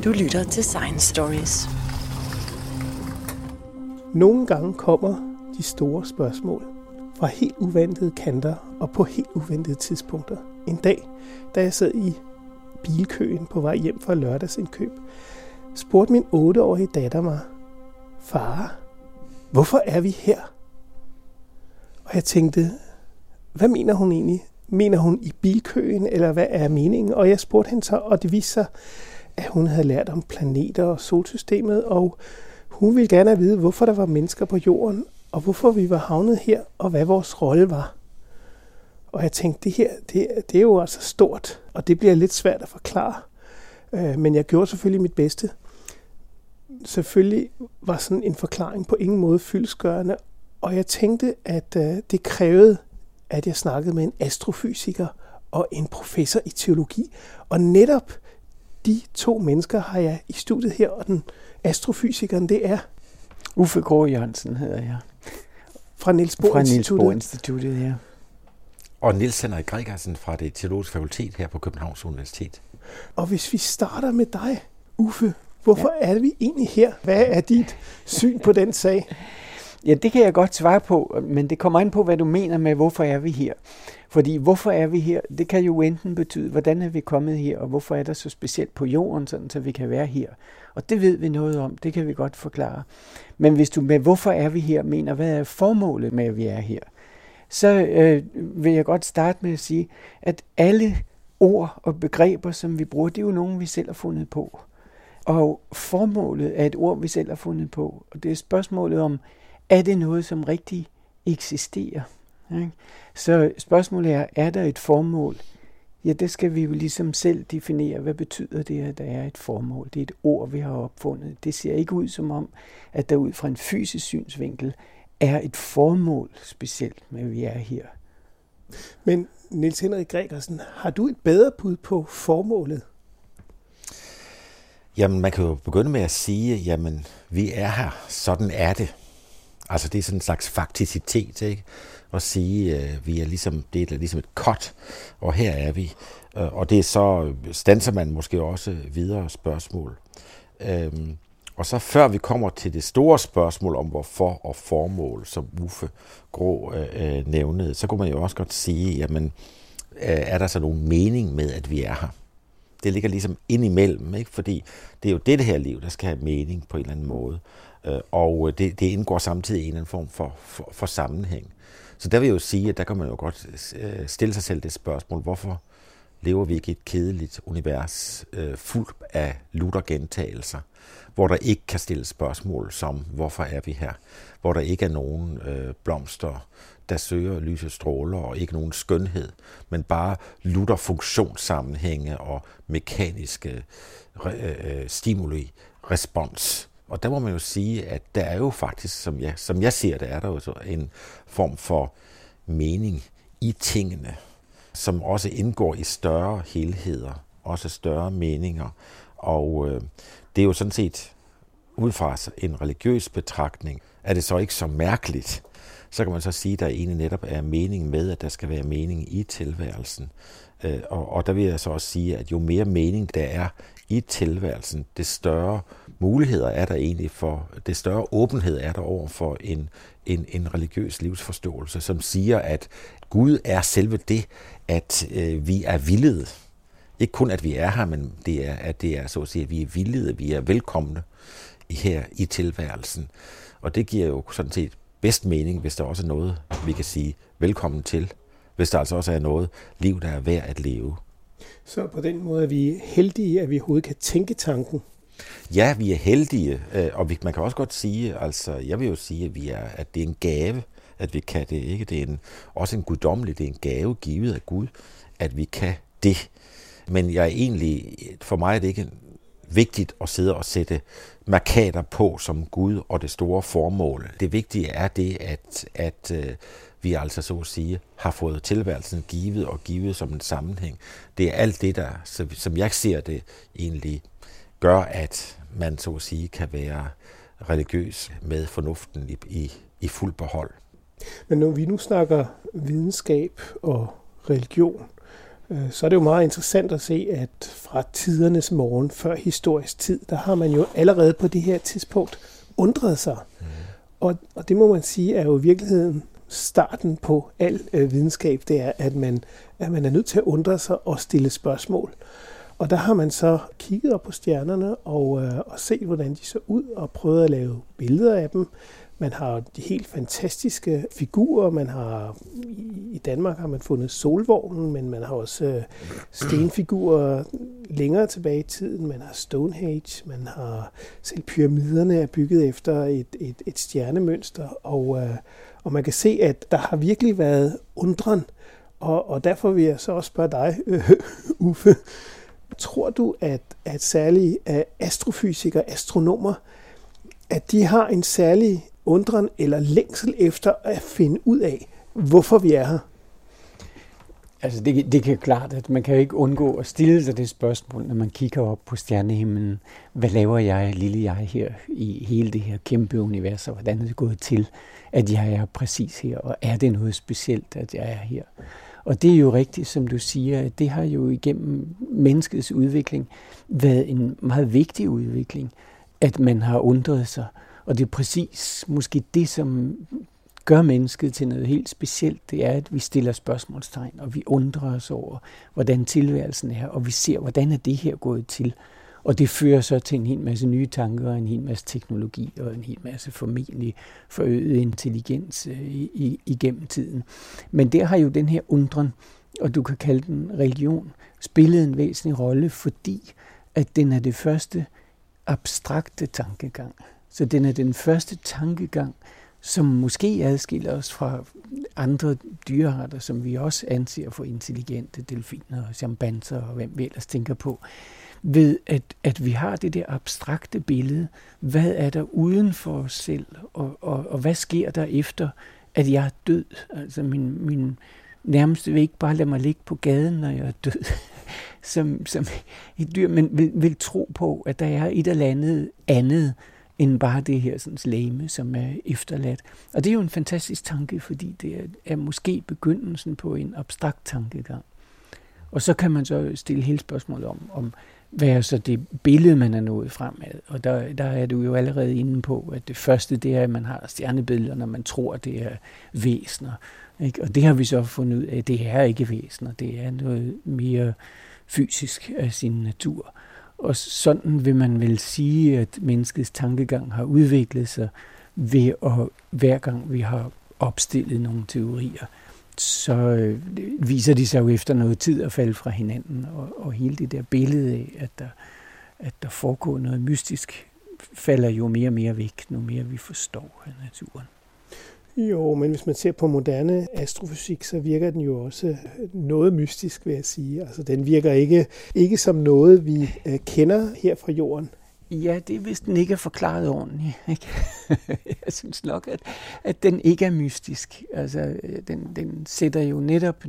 Du lytter til Science Stories. Nogle gange kommer de store spørgsmål fra helt uventede kanter og på helt uventede tidspunkter. En dag, da jeg sad i bilkøen på vej hjem fra lørdagsindkøb, spurgte min 8-årige datter mig, far, hvorfor er vi her? Og jeg tænkte, hvad mener hun egentlig? Mener hun i bilkøen, eller hvad er meningen? Og jeg spurgte hende så, og det viste sig, at hun havde lært om planeter og solsystemet, og hun ville gerne vide, hvorfor der var mennesker på jorden, og hvorfor vi var havnet her, og hvad vores rolle var. Og jeg tænkte, det her, det er jo altså stort, og det bliver lidt svært at forklare. Men jeg gjorde selvfølgelig mit bedste. Selvfølgelig var sådan en forklaring på ingen måde fyldestgørende, og jeg tænkte, at det krævede, at jeg snakkede med en astrofysiker og en professor i teologi. Og netop de to mennesker har jeg i studiet her, og den astrofysikeren, det er Uffe Grå Jørgensen hedder jeg. Fra Niels Bohr Instituttet, ja. Og Niels Henrik Gregersen fra det teologiske fakultet her på Københavns Universitet. Og hvis vi starter med dig, Uffe, hvorfor er vi egentlig her? Hvad er dit syn på den sag? Ja, det kan jeg godt svare på, men det kommer an på, hvad du mener med, hvorfor er vi her. Fordi hvorfor er vi her, det kan jo enten betyde, hvordan er vi kommet her, og hvorfor er der så specielt på jorden, sådan, så vi kan være her. Og det ved vi noget om, det kan vi godt forklare. Men hvis du med, hvorfor er vi her, mener, hvad er formålet med, at vi er her, så vil jeg godt starte med at sige, at alle ord og begreber, som vi bruger, det er jo nogen, vi selv har fundet på. Og formålet er et ord, vi selv har fundet på. Og det er spørgsmålet om, er det noget, som rigtig eksisterer? Ikke? Så spørgsmålet er der et formål? Ja, det skal vi jo ligesom selv definere. Hvad betyder det, at der er et formål? Det er et ord, vi har opfundet. Det ser ikke ud som om, at der ud fra en fysisk synsvinkel er et formål specielt med, at vi er her. Men Niels Henrik Gregersen, har du et bedre bud på formålet? Jamen, man kan jo begynde med at sige, jamen, vi er her, sådan er det. Altså, det er sådan en slags fakticitet, ikke? At sige, vi er ligesom, det er ligesom et cut, og her er vi. Og det er så, standser man måske også videre spørgsmål. Og så før vi kommer til det store spørgsmål om hvorfor og formål, som Uffe Grå nævnede, så kunne man jo også godt sige, jamen, er der så nogen mening med, at vi er her? Det ligger ligesom ind imellem, ikke? Fordi det er jo det her liv, der skal have mening på en eller anden måde. Og det indgår samtidig i en eller anden form for sammenhæng. Så der vil jeg jo sige, at der kan man jo godt stille sig selv det spørgsmål, hvorfor lever vi ikke i et kedeligt univers fuldt af lutter-gentagelser, hvor der ikke kan stilles spørgsmål som, hvorfor er vi her? Hvor der ikke er nogen blomster, der søger lysets stråler, og ikke nogen skønhed, men bare lutter-funktionssammenhænge og mekaniske stimuli, respons. Og der må man jo sige, at der er jo faktisk, som jeg ser det, er der jo så en form for mening i tingene, som også indgår i større helheder, også større meninger. Og det er jo sådan set, ud fra en religiøs betragtning, er det så ikke så mærkeligt. Så kan man så sige, at der egentlig netop er mening med, at der skal være mening i tilværelsen. Og der vil jeg så også sige, at jo mere mening der er i tilværelsen, det større muligheder er der egentlig for, det større åbenhed er der over for en religiøs livsforståelse, som siger, at Gud er selve det, at vi er vildede. Ikke kun, at vi er her, men det er så at sige, at vi er vildede, vi er velkomne her i tilværelsen. Og det giver jo sådan set bedst mening, hvis der også er noget, vi kan sige velkommen til. Hvis der altså også er noget liv, der er værd at leve. Så på den måde er vi heldige, at vi overhovedet kan tænke tanken. Ja, vi er heldige, og man kan også godt sige, altså jeg vil jo sige, at det er en gave, at vi kan det, ikke? Det er også en guddommelig, det er en gave givet af Gud, at vi kan det. Men for mig er det ikke vigtigt at sidde og sætte markader på som Gud og det store formål. Det vigtige er det, at vi altså så at sige har fået tilværelsen givet og givet som en sammenhæng. Det er alt det, der, som jeg ser det, egentlig gør, at man så at sige kan være religiøs med fornuften i fuld behold. Men når vi nu snakker videnskab og religion, så er det jo meget interessant at se, at fra tidernes morgen, før historisk tid, der har man jo allerede på det her tidspunkt undret sig. Og det må man sige er jo i virkeligheden starten på al videnskab, det er, at man er nødt til at undre sig og stille spørgsmål. Og der har man så kigget op på stjernerne og set, hvordan de så ud, og prøvet at lave billeder af dem. Man har de helt fantastiske figurer. I Danmark har man fundet solvognen, men man har også stenfigurer længere tilbage i tiden. Man har Stonehenge, man har selv pyramiderne er bygget efter et stjernemønster. Og man kan se, at der har virkelig været undren. Og derfor vil jeg så også spørge dig, Uffe. Tror du, at særlige astrofysikere, astronomer, at de har en særlig undren eller længsel efter at finde ud af, hvorfor vi er her? Altså det kan klart, at man kan ikke undgå at stille sig det spørgsmål, når man kigger op på stjernehimlen. Hvad laver jeg, lille jeg, her i hele det her kæmpe univers, og hvordan er det gået til, at jeg er præcis her, og er det noget specielt, at jeg er her? Og det er jo rigtigt, som du siger, at det har jo igennem menneskets udvikling været en meget vigtig udvikling, at man har undret sig. Og det er præcis måske det, som gør mennesket til noget helt specielt, det er, at vi stiller spørgsmålstegn, og vi undrer os over, hvordan tilværelsen er, og vi ser, hvordan er det her gået til. Og det fører så til en hel masse nye tanker, og en hel masse teknologi, og en hel masse formentlig forøget intelligens igennem tiden. Men der har jo den her undren, og du kan kalde den religion, spillet en væsentlig rolle, fordi at den er det første abstrakte tankegang. Så den er den første tankegang, som måske adskiller os fra andre dyrearter, som vi også anser for intelligente, delfiner og chimpanser og hvem vi ellers tænker på, ved at vi har det der abstrakte billede. Hvad er der uden for os selv, og hvad sker der efter, at jeg er død? Altså min nærmeste vil ikke bare lade mig ligge på gaden, når jeg er død, som et dyr, men vil tro på, at der er et eller andet end bare det her sådan legeme, som er efterladt. Og det er jo en fantastisk tanke, fordi det er måske begyndelsen på en abstrakt tankegang. Og så kan man så stille hele spørgsmålet om hvad er så det billede, man er nået frem med. Og der er du jo allerede inde på, at det første, det er, at man har stjernebilleder, når man tror, det er væsener. Ikke? Og det har vi så fundet ud af, det er ikke væsener, det er noget mere fysisk af sin natur. Og sådan vil man vel sige, at menneskets tankegang har udviklet sig ved at hver gang vi har opstillet nogle teorier, så viser de sig jo efter noget tid at falde fra hinanden. Og hele det der billede af, at der foregår noget mystisk, falder jo mere og mere væk, nu mere vi forstår af naturen. Jo, men hvis man ser på moderne astrofysik, så virker den jo også noget mystisk, vil jeg sige. Altså, den virker ikke som noget, vi kender her fra jorden. Ja, det er vist den ikke er forklaret ordentligt. Ikke? Jeg synes nok, at den ikke er mystisk. Altså, den sætter jo netop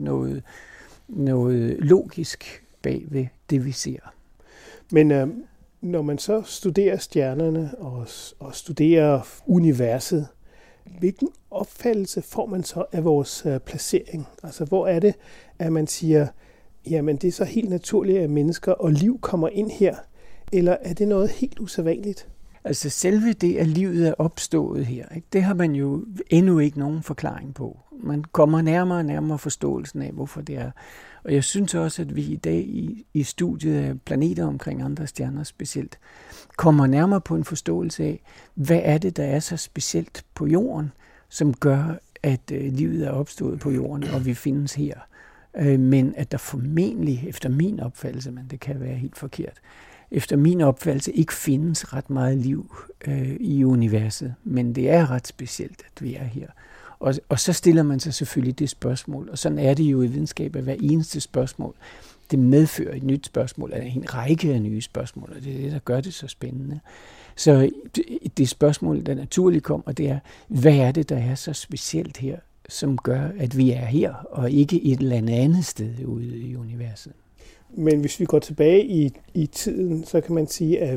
noget logisk bag ved det, vi ser. Men når man så studerer stjernerne og studerer universet, hvilken opfattelse får man så af vores placering? Altså, hvor er det, at man siger, jamen det er så helt naturligt, at mennesker og liv kommer ind her, eller er det noget helt usædvanligt? Altså selve det, at livet er opstået her, ikke? Det har man jo endnu ikke nogen forklaring på. Man kommer nærmere og nærmere forståelsen af, hvorfor det er. Og jeg synes også, at vi i dag i studiet af planeter omkring andre stjerner specielt, kommer nærmere på en forståelse af, hvad er det, der er så specielt på jorden, som gør, at livet er opstået på jorden, og vi findes her. Men at der formentlig, efter min opfattelse, men det kan være helt forkert, efter min opfattelse ikke findes ret meget liv i universet, men det er ret specielt, at vi er her. Og så stiller man sig selvfølgelig det spørgsmål, og sådan er det jo i videnskab, at hver eneste spørgsmål, det medfører et nyt spørgsmål, eller en række af nye spørgsmål, og det er det, der gør det så spændende. Så det spørgsmål, der naturligt kommer, det er, hvad er det, der er så specielt her, som gør, at vi er her, og ikke et eller andet sted ude i universet? Men hvis vi går tilbage i tiden, så kan man sige, at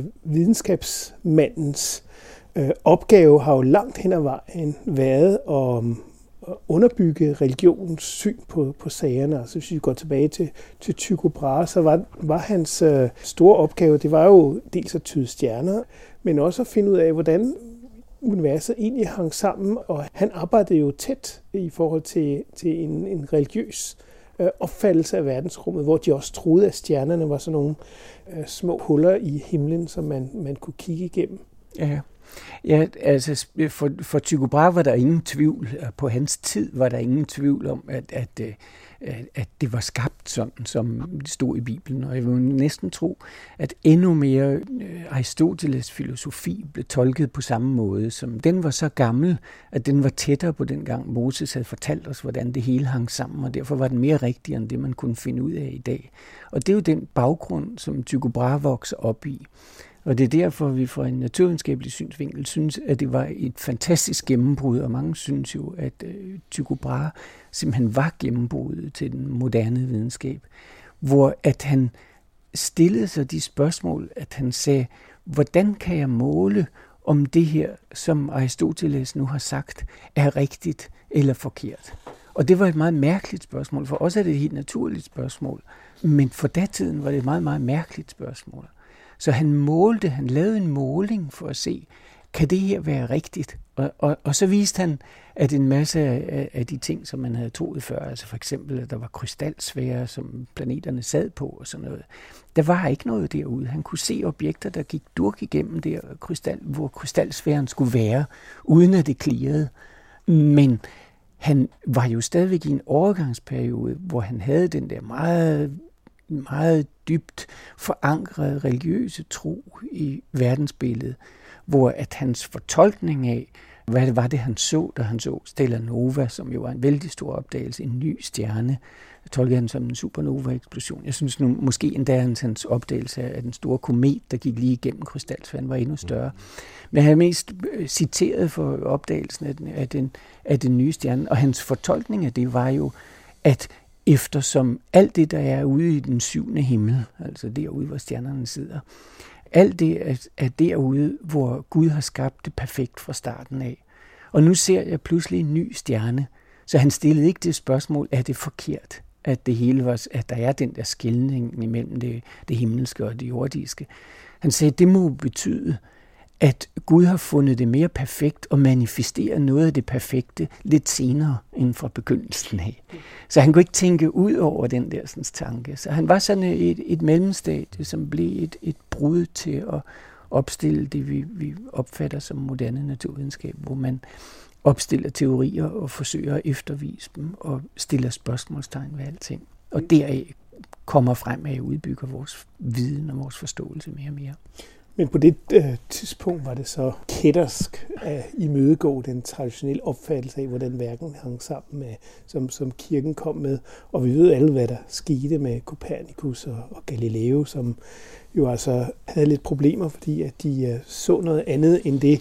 videnskabsmandens opgave har jo langt hen ad vejen været underbygge religionens syn på sagerne. Altså hvis vi går tilbage til Tycho Brahe, så var hans store opgave, det var jo dels at tyde stjerner, men også at finde ud af, hvordan universet egentlig hang sammen, og han arbejdede jo tæt i forhold til en religiøs opfattelse af verdensrummet, hvor de også troede, at stjernerne var sådan nogle små huller i himlen, som man kunne kigge igennem. Ja, altså for Tycho Brahe var der ingen tvivl, på hans tid var der ingen tvivl om, at det var skabt sådan, som det stod i Bibelen. Og jeg vil næsten tro, at endnu mere Aristoteles filosofi blev tolket på samme måde, som den var så gammel, at den var tættere på den gang Moses havde fortalt os, hvordan det hele hang sammen, og derfor var den mere rigtig end det, man kunne finde ud af i dag. Og det er jo den baggrund, som Tycho Brahe vokser op i. Og det er derfor, vi fra en naturvidenskabelig synsvinkel synes, at det var et fantastisk gennembrud, og mange synes jo, at Tycho Brahe simpelthen var gennembruddet til den moderne videnskab, hvor at han stillede sig de spørgsmål, at han sagde, hvordan kan jeg måle, om det her, som Aristoteles nu har sagt, er rigtigt eller forkert? Og det var et meget mærkeligt spørgsmål. For os er det et helt naturligt spørgsmål, men for datiden var det et meget, meget mærkeligt spørgsmål. Så han lavede en måling for at se, kan det her være rigtigt? Og så viste han, at en masse af de ting, som man havde troet før, altså for eksempel, at der var krystalsfærer, som planeterne sad på og sådan noget, der var ikke noget derude. Han kunne se objekter, der gik durk igennem der hvor krystalsfæren skulle være, uden at det klirrede. Men han var jo stadigvæk i en overgangsperiode, hvor han havde den der meget, meget dybt forankrede religiøse tro i verdensbilledet, hvor at hans fortolkning af, hvad det var, han så, da han så Stella Nova, som jo var en vældig stor opdagelse, en ny stjerne, tolkede han som en supernova-eksplosion. Jeg synes nu, måske endda hans opdagelse af den store komet, der gik lige igennem krystalsfæren, var endnu større. Men han er mest citeret for opdagelsen af den nye stjerne, og hans fortolkning af det var jo, at eftersom alt det, der er ude i den syvende himmel, altså derude, hvor stjernerne sidder, alt det er derude, hvor Gud har skabt det perfekt fra starten af. Og nu ser jeg pludselig en ny stjerne, så han stillede ikke det spørgsmål, er det forkert, at det hele var, at der er den der skelning imellem det himmelske og det jordiske. Han sagde, det må betyde, at Gud har fundet det mere perfekt og manifesterer noget af det perfekte lidt senere end fra begyndelsen af. Så han kunne ikke tænke ud over den der sådan, tanke. Så han var sådan et mellemstadie, som blev et brud til at opstille det, vi opfatter som moderne naturvidenskab, hvor man opstiller teorier og forsøger at eftervise dem og stiller spørgsmålstegn ved alting. Og deraf kommer frem af at udbygge vores viden og vores forståelse mere og mere. Men på det tidspunkt var det så kættersk at imødegå den traditionelle opfattelse af, hvordan verden hang sammen med, som kirken kom med. Og vi ved alle, hvad der skete med Copernicus og Galileo, som jo altså havde lidt problemer, fordi at de så noget andet end det,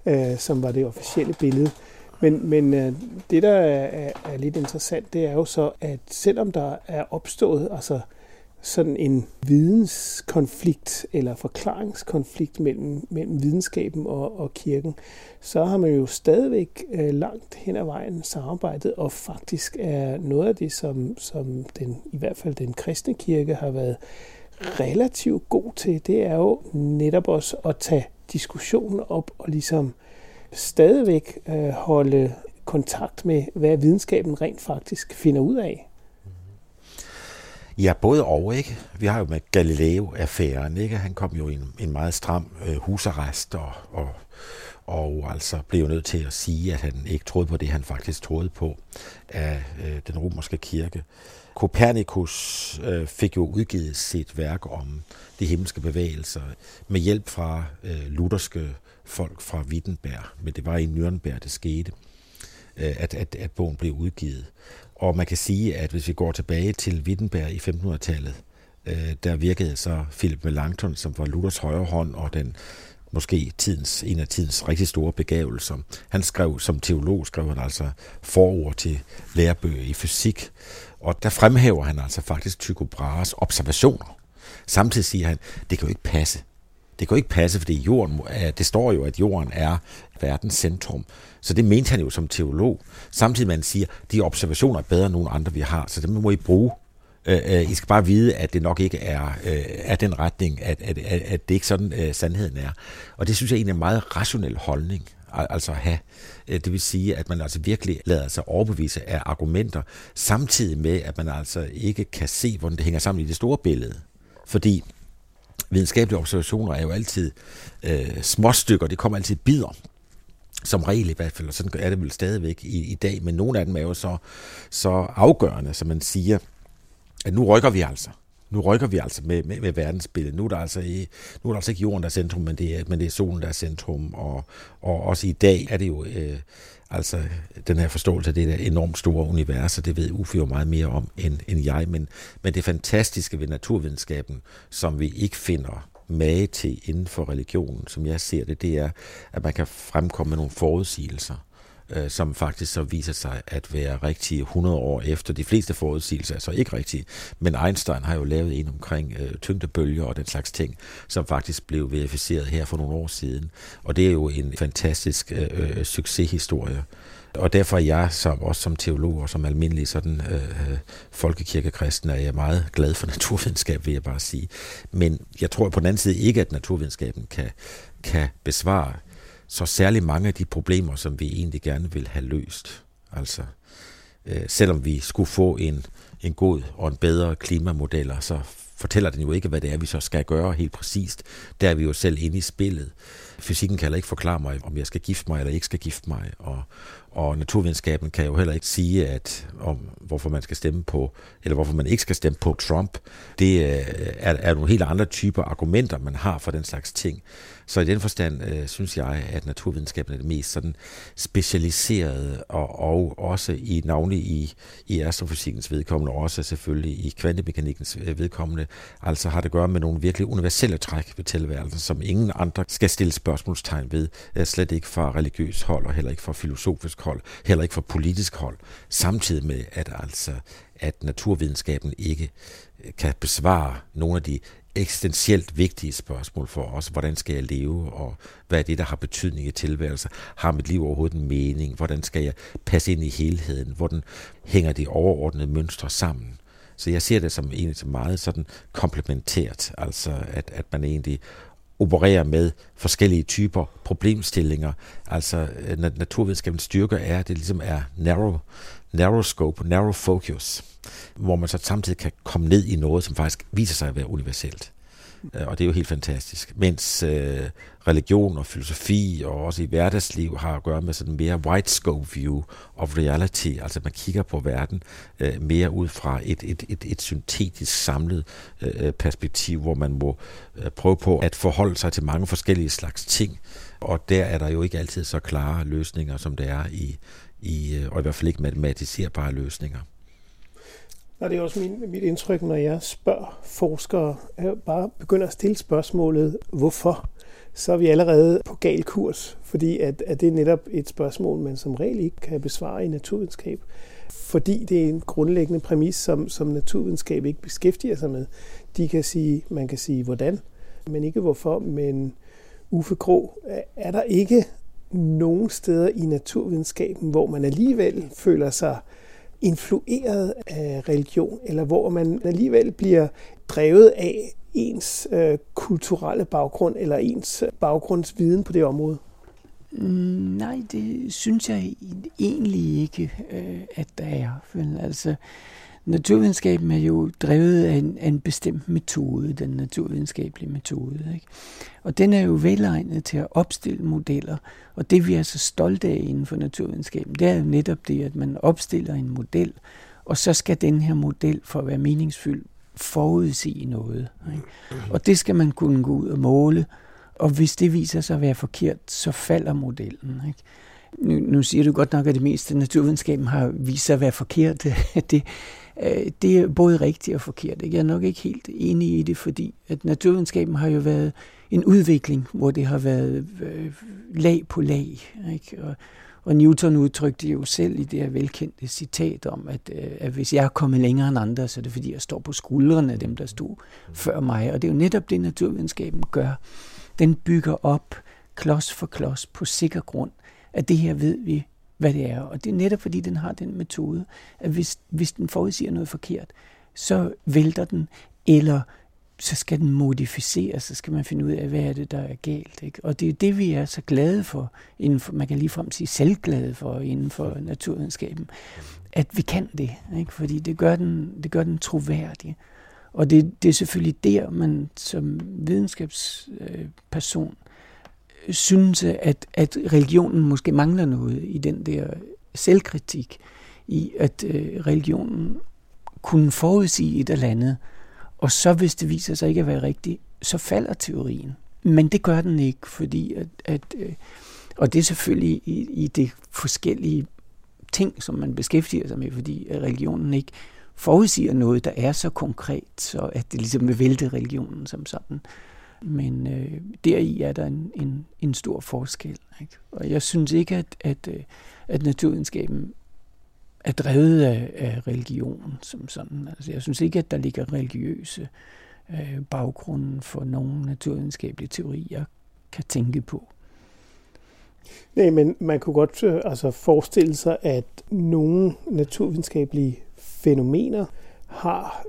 som var det officielle billede. Men det, der er lidt interessant, det er jo så, at selvom der er opstået altså sådan en videnskonflikt eller forklaringskonflikt mellem videnskaben og kirken, så har man jo stadigvæk langt hen ad vejen samarbejdet, og faktisk er noget af det, som i hvert fald den kristne kirke har været relativt god til, det er jo netop også at tage diskussionen op og ligesom stadigvæk holde kontakt med, hvad videnskaben rent faktisk finder ud af. Ja, både og, ikke? Vi har jo med Galileo-affæren, ikke? Han kom jo i en meget stram husarrest og altså blev nødt til at sige, at han ikke troede på det, han faktisk troede på af den romerske kirke. Copernicus fik jo udgivet sit værk om de himmelske bevægelser med hjælp fra lutherske folk fra Wittenberg, men det var i Nürnberg, det skete, at bogen blev udgivet. Og man kan sige, at hvis vi går tilbage til Wittenberg i 1500-tallet, der virkede så Philip Melanchthon, som var Luthers højre hånd, og måske en af tidens rigtig store begavelser. Han skrev, som teolog, skrev han altså forord til lærebøger i fysik, og der fremhæver han altså faktisk Tycho Brahes observationer. Samtidig siger han, det kan jo ikke passe. Det kan jo ikke passe, fordi det står jo, at jorden er verdens centrum. Så det mente han jo som teolog. Samtidig man siger, at de observationer er bedre end nogen andre, vi har, så dem må I bruge. I skal bare vide, at det nok ikke er den retning, at det ikke sådan sandheden er. Og det synes jeg egentlig er en meget rationel holdning, altså at have. Det vil sige, at man altså virkelig lader sig overbevise af argumenter, samtidig med, at man altså ikke kan se, hvordan det hænger sammen i det store billede. Fordi videnskabelige observationer er jo altid småstykker, det kommer altid bidder. Som regel i hvert fald, og sådan er det vel stadigvæk i dag, men nogle af dem er jo så afgørende, som man siger, at nu rykker vi altså med verdensbilledet. Nu er der altså ikke jorden, der er centrum, men det er solen, der er centrum, og også i dag er det jo altså den her forståelse af det der enormt store univers, og det ved Uffe jo meget mere om end jeg, men det fantastiske ved naturvidenskaben, som vi ikke finder mage til inden for religionen, som jeg ser det, det er, at man kan fremkomme med nogle forudsigelser, som faktisk så viser sig at være rigtige 100 år efter. De fleste forudsigelser er så ikke rigtige, men Einstein har jo lavet en omkring tyngdebølger og den slags ting, som faktisk blev verificeret her for nogle år siden. Og det er jo en fantastisk succeshistorie. Og derfor er jeg også som teolog og som almindelig sådan folkekirkekristen, er jeg meget glad for naturvidenskab, vil jeg bare sige. Men jeg tror på den anden side ikke, at naturvidenskaben kan besvare så særlig mange af de problemer, som vi egentlig gerne vil have løst. Altså, selvom vi skulle få en god og en bedre klimamodeller, så fortæller den jo ikke, hvad det er, vi så skal gøre helt præcist. Der er vi jo selv inde i spillet. Fysikken kan heller ikke forklare mig, om jeg skal gifte mig eller ikke skal gifte mig, og naturvidenskaben kan jo heller ikke sige, hvorfor man skal stemme på, eller hvorfor man ikke skal stemme på Trump. Det er nogle helt andre typer argumenter, man har for den slags ting. Så i den forstand synes jeg, at naturvidenskaben er det mest sådan specialiserede, og også i navnlig i astrofysikkens vedkommende, og også selvfølgelig i kvantemekanikkens vedkommende, altså har det at gøre med nogle virkelig universelle træk ved tilværelsen, som ingen andre skal stille spørgsmålstegn ved, slet ikke fra religiøs hold, og heller ikke fra filosofisk hold, heller ikke fra politisk hold, samtidig med, at naturvidenskaben ikke kan besvare nogle af de eksistentielt vigtige spørgsmål for os. Hvordan skal jeg leve, og hvad er det, der har betydning i tilværelsen? Har mit liv overhovedet en mening? Hvordan skal jeg passe ind i helheden? Hvordan hænger de overordnede mønstre sammen? Så jeg ser det som egentlig meget sådan komplementært, altså at man egentlig opererer med forskellige typer problemstillinger. Altså naturvidenskabens styrke er, at det ligesom er narrow scope, narrow focus, hvor man så samtidig kan komme ned i noget, som faktisk viser sig at være universelt. Og det er jo helt fantastisk. Mens religion og filosofi og også i hverdagsliv har at gøre med sådan en mere wide scope view of reality, altså man kigger på verden mere ud fra et syntetisk samlet perspektiv, hvor man må prøve på at forholde sig til mange forskellige slags ting. Og der er der jo ikke altid så klare løsninger, som det er og i hvert fald ikke matematiserbare løsninger. Og det er også mit indtryk, når jeg spørger forskere, jeg bare begynder at stille spørgsmålet, hvorfor, så er vi allerede på gal kurs, fordi at det er netop et spørgsmål, man som regel ikke kan besvare i naturvidenskab, fordi det er en grundlæggende præmis, som naturvidenskab ikke beskæftiger sig med. Man kan sige hvordan, men ikke hvorfor, men Uffe Krogh, er der ikke nogen steder i naturvidenskaben, hvor man alligevel føler sig influeret af religion, eller hvor man alligevel bliver drevet af ens kulturelle baggrund, eller ens baggrundsviden på det område? Nej, det synes jeg egentlig ikke, at der er. Altså, naturvidenskaben er jo drevet af en bestemt metode, den naturvidenskabelige metode, ikke? Og den er jo velegnet til at opstille modeller, og det vi er så stolte af inden for naturvidenskaben, det er jo netop det, at man opstiller en model, og så skal den her model, for at være meningsfyldt, forudsige noget, ikke? Og det skal man kunne gå ud og måle, og hvis det viser sig at være forkert, så falder modellen, ikke? Nu siger du godt nok, at det meste af naturvidenskaben har vist sig at være forkert. Det er både rigtigt og forkert. Jeg er nok ikke helt enig i det, fordi at naturvidenskaben har jo været en udvikling, hvor det har været lag på lag. Ikke? Og Newton udtrykte jo selv i det her velkendte citat om, at hvis jeg er kommet længere end andre, så er det fordi, jeg står på skuldrene af dem, der stod før mig. Og det er jo netop det, naturvidenskaben gør. den bygger op klods for klods på sikker grund, at det her ved vi, hvad det er. Og det er netop fordi, den har den metode, at hvis den forudsiger noget forkert, så vælter den, eller så skal den modificeres, så skal man finde ud af, hvad er det, der er galt. Ikke? Og det er det, vi er så glade for, man kan ligefrem sige selvglade for inden for naturvidenskaben, at vi kan det, ikke? Fordi det gør den troværdig. Og det er selvfølgelig der, man som videnskabsperson synes, at religionen måske mangler noget i den der selvkritik, i at religionen kunne forudsige et eller andet, og så hvis det viser sig ikke at være rigtigt, så falder teorien. Men det gør den ikke, fordi og det er selvfølgelig i det forskellige ting, som man beskæftiger sig med, fordi religionen ikke forudsiger noget, der er så konkret, så at det ligesom vil vælte religionen som sådan. Men deri er der en stor forskel. Ikke? Og jeg synes ikke, at naturvidenskaben er drevet af religion som sådan. Altså, jeg synes ikke, at der ligger religiøse baggrunden for nogle naturvidenskabelige teorier, jeg kan tænke på. Nej, men man kunne godt forestille sig, at nogle naturvidenskabelige fænomener har,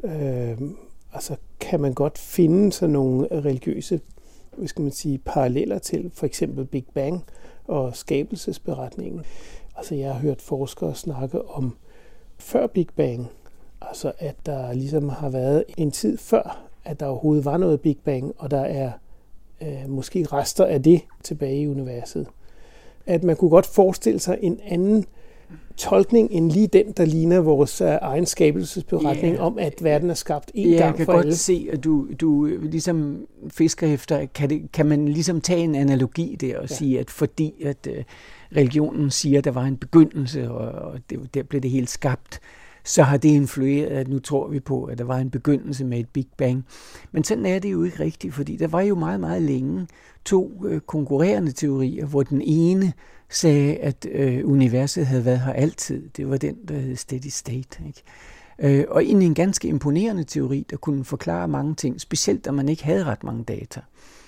kan man godt finde sådan nogle religiøse, paralleller til for eksempel Big Bang og skabelsesberetningen. Altså jeg har hørt forskere snakke om før Big Bang, altså at der ligesom har været en tid før, at der overhovedet var noget Big Bang, og der er måske rester af det tilbage i universet. At man kunne godt forestille sig en anden tolkning end lige den, der ligner vores egen skabelsesberetning om, at verden er skabt en gang for alle. Jeg kan godt se, at du ligesom fisker efter, kan man ligesom tage en analogi der og sige, at fordi at religionen siger, at der var en begyndelse, og der blev det helt skabt, så har det influeret, at nu tror vi på, at der var en begyndelse med et Big Bang. Men sådan er det jo ikke rigtigt, fordi der var jo meget, meget længe to konkurrerende teorier, hvor den ene sagde, at universet havde været her altid. Det var den, der hed Steady State. Ikke? Og en ganske imponerende teori, der kunne forklare mange ting, specielt da man ikke havde ret mange data.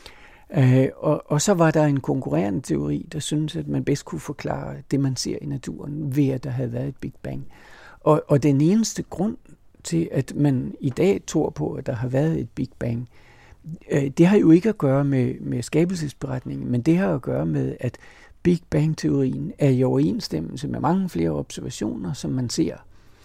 Og så var der en konkurrerende teori, der syntes, at man bedst kunne forklare det, man ser i naturen, ved at der havde været et Big Bang. Og den eneste grund til, at man i dag tror på, at der har været et Big Bang, det har jo ikke at gøre med skabelsesberetningen, men det har at gøre med, at Big Bang-teorien er i overensstemmelse med mange flere observationer, som man ser,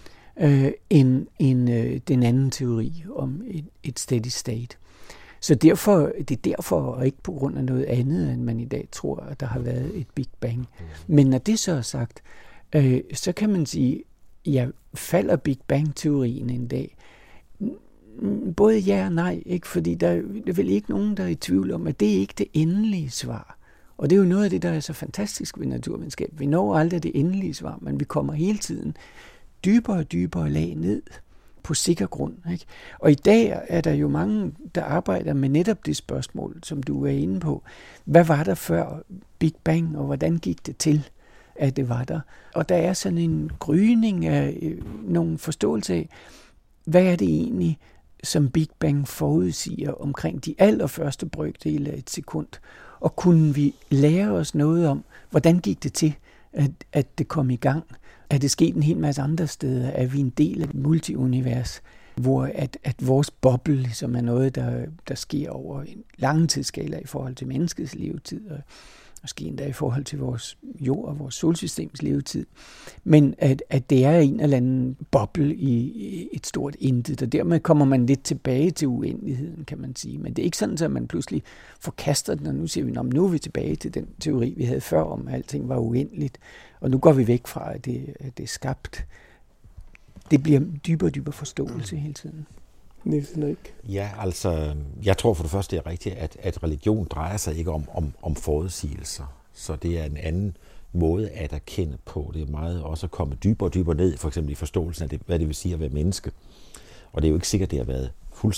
end den anden teori om et steady state. Så det er derfor, og ikke på grund af noget andet, end man i dag tror, at der har været et Big Bang. Men når det så er sagt, så kan man sige, falder Big Bang-teorien en dag? Både ja og nej, ikke? Fordi der er vel ikke nogen, der er i tvivl om, at det ikke er det endelige svar. Og det er jo noget af det, der er så fantastisk ved naturvidenskab. Vi når aldrig det endelige svar, men vi kommer hele tiden dybere og dybere lag ned på sikker grund. Ikke? Og i dag er der jo mange, der arbejder med netop det spørgsmål, som du er inde på. Hvad var der før Big Bang, og hvordan gik det til, at det var der? Og der er sådan en gryning af nogle forståelse af, hvad er det egentlig, som Big Bang forudsiger omkring de allerførste brøkdele af et sekund? Og kunne vi lære os noget om, hvordan gik det til, at det kom i gang? Er det sket en hel masse andre steder? Er vi en del af et multiunivers, hvor at vores boble ligesom er noget, der sker over en lang tidsskala i forhold til menneskets levetid, og måske endda i forhold til vores jord og vores solsystems levetid. Men at det er en eller anden boble i et stort intet, og dermed kommer man lidt tilbage til uendeligheden, kan man sige. Men det er ikke sådan, at man pludselig forkaster den, og nu siger vi, nu er vi tilbage til den teori, vi havde før om, at alting var uendeligt, og nu går vi væk fra, at det er skabt. Det bliver dybere og dybere forståelse hele tiden. Ja, altså, jeg tror for det første, det er rigtigt, at religion drejer sig ikke om forudsigelser. Så det er en anden måde at erkende på. Det er meget også at komme dybere og dybere ned, for eksempel i forståelsen af, hvad det vil sige at være menneske. Og det er jo ikke sikkert, det har været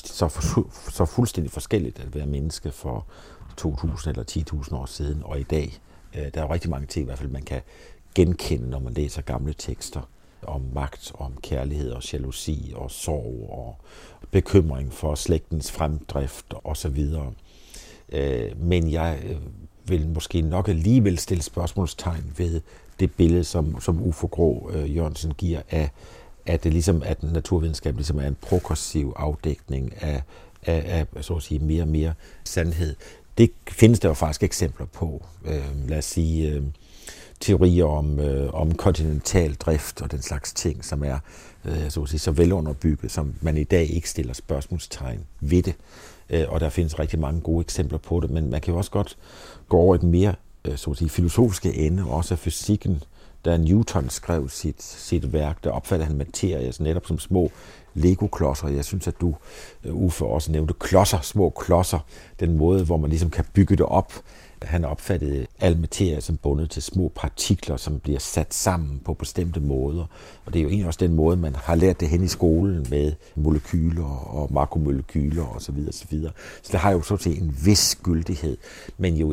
så fuldstændig forskelligt at være menneske for 2.000 eller 10.000 år siden. Og i dag, der er jo rigtig mange ting, i hvert fald, man kan genkende, når man læser gamle tekster om magt, om kærlighed og jalousi og sorg og bekymring for slægtens fremdrift osv. Men jeg vil måske nok alligevel stille spørgsmålstegn ved det billede, som Uffe Grå Jørgensen giver af, at det ligesom, at naturvidenskab ligesom er en progressiv afdækning af så at sige, mere og mere sandhed. Det findes der jo faktisk eksempler på. Lad os sige teorier om kontinental drift og den slags ting, som er så at sige, så velunderbygget, som man i dag ikke stiller spørgsmålstegn ved det. Og der findes rigtig mange gode eksempler på det, men man kan jo også godt gå over i den mere så at sige, filosofiske ende, også af fysikken. Da Newton skrev sit værk, der opfattede han materie netop som små Lego-klodser. Jeg synes, at du, Uffe, også nævnte klodser, små klodser, den måde, hvor man ligesom kan bygge det op. Han opfattede al materie som bundet til små partikler, som bliver sat sammen på bestemte måder. Og det er jo egentlig også den måde, man har lært det hen i skolen med molekyler og makromolekyler osv. osv. Så det har jo sådan set en vis gyldighed, men jo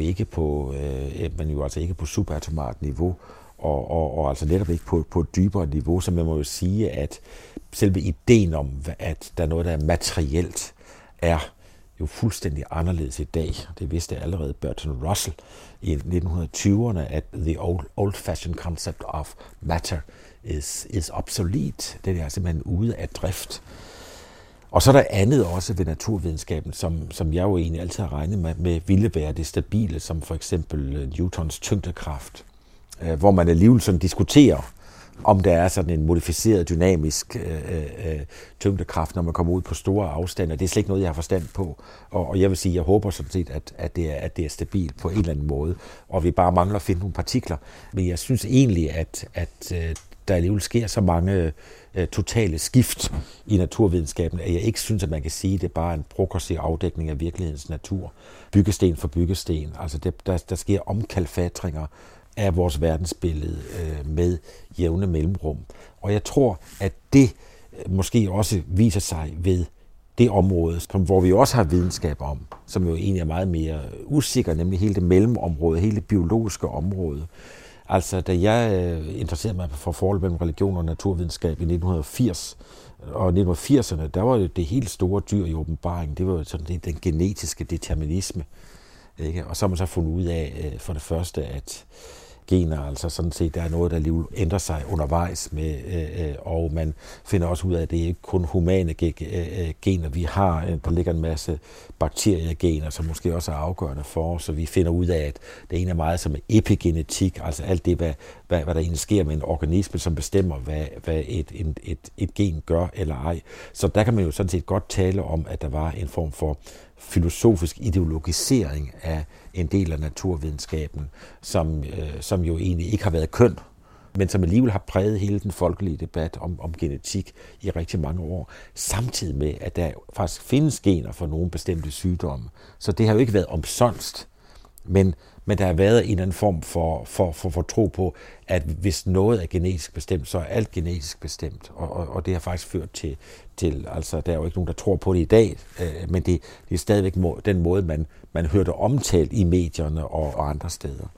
altså ikke på subatomart niveau. Og altså netop ikke på et dybere niveau, så man må jo sige, at selve ideen om, at der er noget, der er materielt, er jo fuldstændig anderledes i dag. Det vidste allerede Bertrand Russell i 1920'erne, at the old-fashioned concept of matter is obsolete. Det er simpelthen ude af drift. Og så er der andet også ved naturvidenskaben, som jeg jo egentlig altid har regnet med ville være det stabile, som for eksempel Newtons tyngdekraft, hvor man alligevel sådan diskuterer, om der er sådan en modificeret dynamisk tyngdekraft, når man kommer ud på store afstande. Det er slet ikke noget, jeg har forstand på. Og jeg vil sige, jeg håber sådan set, at det er stabilt på en eller anden måde, og vi bare mangler at finde nogle partikler. Men jeg synes egentlig, at der alligevel sker så mange totale skift i naturvidenskaben, at jeg ikke synes, at man kan sige, at det er bare en progressiv afdækning af virkelighedens natur. Byggesten for byggesten. Altså der sker omkalfatringer af vores verdensbillede med jævne mellemrum. Og jeg tror, at det måske også viser sig ved det område, hvor vi også har videnskab om, som jo egentlig er meget mere usikker, nemlig hele det mellemområde, hele det biologiske område. Altså, da jeg interesserede mig for forholdet mellem religion og naturvidenskab i 1980, og 1980'erne, der var det helt store dyr i åbenbaringen, det var jo sådan den genetiske determinisme. Ikke? Og så har man så fundet ud af, for det første, at gener, altså sådan set, der er noget, der alligevel ændrer sig undervejs med, og man finder også ud af, at det ikke kun humane gener, vi har. Der ligger en masse bakteriegener, som måske også er afgørende for os, så vi finder ud af, at det ene er meget som epigenetik, altså alt det, hvad der egentlig sker med en organisme, som bestemmer, hvad et gen gør eller ej. Så der kan man jo sådan set godt tale om, at der var en form for filosofisk ideologisering af en del af naturvidenskaben, som jo egentlig ikke har været køn, men som alligevel har præget hele den folkelige debat om genetik i rigtig mange år, samtidig med, at der faktisk findes gener for nogle bestemte sygdomme. Så det har jo ikke været omsonst, men der har været en eller anden form for tro på, at hvis noget er genetisk bestemt, så er alt genetisk bestemt. Og det har faktisk ført til altså der er jo ikke nogen, der tror på det i dag, men det er stadigvæk den måde, man hørte omtalt i medierne og andre steder.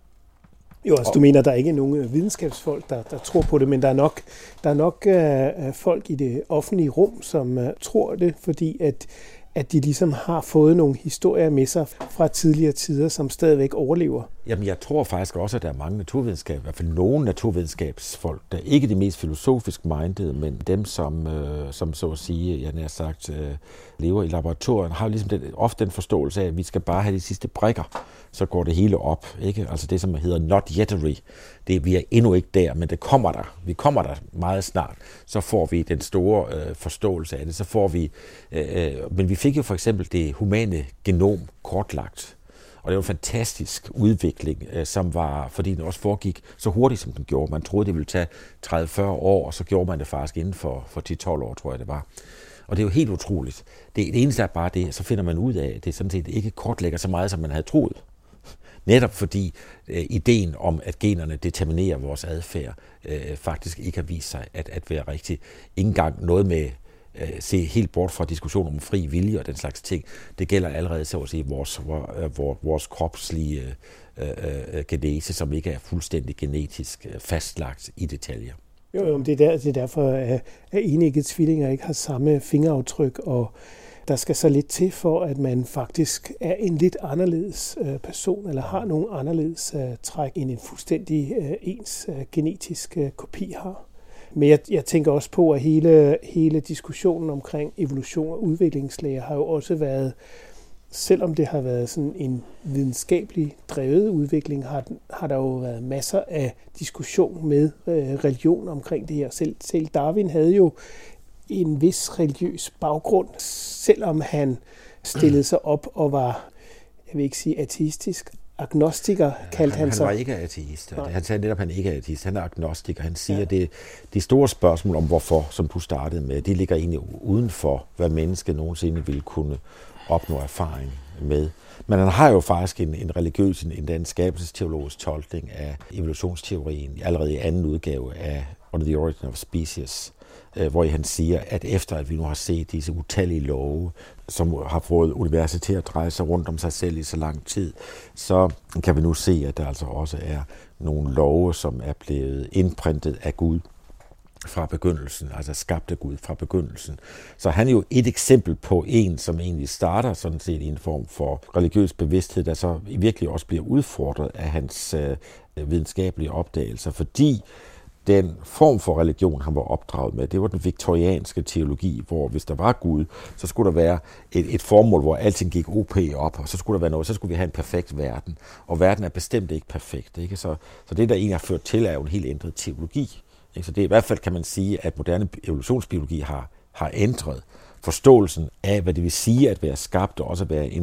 Jo, altså du mener, der er ikke nogen videnskabsfolk, der tror på det, men der er nok folk i det offentlige rum, som tror det, fordi at de ligesom har fået nogle historier med sig fra tidligere tider, som stadigvæk overlever. Jamen, jeg tror faktisk også, at der er mange naturvidenskab, i hvert fald nogle naturvidenskabsfolk, der ikke er de mest filosofisk minded, men dem, som så at sige, jeg nær sagt, lever i laboratorien, har jo ligesom ofte den forståelse af, at vi skal bare have de sidste brikker, så går det hele op. Ikke? Altså det, som hedder not yettery. Vi er endnu ikke der, men det kommer der. Vi kommer der meget snart. Så får vi den store forståelse af det. Så får vi, men vi fik jo for eksempel det humane genom kortlagt. Og det var en fantastisk udvikling, som var, fordi den også foregik så hurtigt, som den gjorde. Man troede, det ville tage 30-40 år, og så gjorde man det faktisk inden for 10-12 år, tror jeg det var. Og det er jo helt utroligt. Det eneste er bare det, så finder man ud af, at det sådan set ikke kortlægger så meget, som man havde troet. Netop fordi ideen om, at generne determinerer vores adfærd, faktisk ikke har vist sig at være rigtig. Ikke engang noget med se helt bort fra diskussion om fri vilje og den slags ting. Det gælder allerede så at sige vores kropslige genese, som ikke er fuldstændig genetisk fastlagt i detaljer. Jo, det er derfor, at enæggede tvillinger ikke har samme fingeraftryk, der skal så lidt til for, at man faktisk er en lidt anderledes person, eller har nogle anderledes træk, end en fuldstændig ens genetisk kopi har. Men jeg tænker også på, at hele diskussionen omkring evolution og udviklingslære har jo også været, selvom det har været sådan en videnskabelig drevet udvikling, har der jo været masser af diskussion med religion omkring det her. Selv Darwin havde jo en vis religiøs baggrund, selvom han stillede sig op og var, jeg vil ikke sige ateistisk, agnostiker kaldte han sig. Han var ikke ateist. Nej. Han sagde netop, at han ikke er ateist. Han er agnostiker. Han siger, at de store spørgsmål om hvorfor, som du startede med, de ligger egentlig uden for, hvad mennesket nogensinde ville kunne opnå erfaring med. Men han har jo faktisk en religiøs, en skabelsesteologisk tolkning af evolutionsteorien, allerede i anden udgave af On the Origin of Species, hvor han siger, at efter at vi nu har set disse utallige love, som har fået universet til at dreje sig rundt om sig selv i så lang tid, så kan vi nu se, at der altså også er nogle love, som er blevet indprintet af Gud fra begyndelsen, altså skabt af Gud fra begyndelsen. Så han er jo et eksempel på en, som egentlig starter sådan set i en form for religiøs bevidsthed, der så virkelig også bliver udfordret af hans videnskabelige opdagelser, fordi den form for religion, han var opdraget med, det var den viktorianske teologi, hvor hvis der var Gud, så skulle der være et formål, hvor alting gik OP op, og så skulle der være noget, så skulle vi have en perfekt verden. Og verden er bestemt ikke perfekt. Ikke? Så det, der egentlig har ført til, er jo en helt ændret teologi. Ikke? Så det i hvert fald kan man sige, at moderne evolutionsbiologi har ændret forståelsen af, hvad det vil sige at være skabt, og også at være,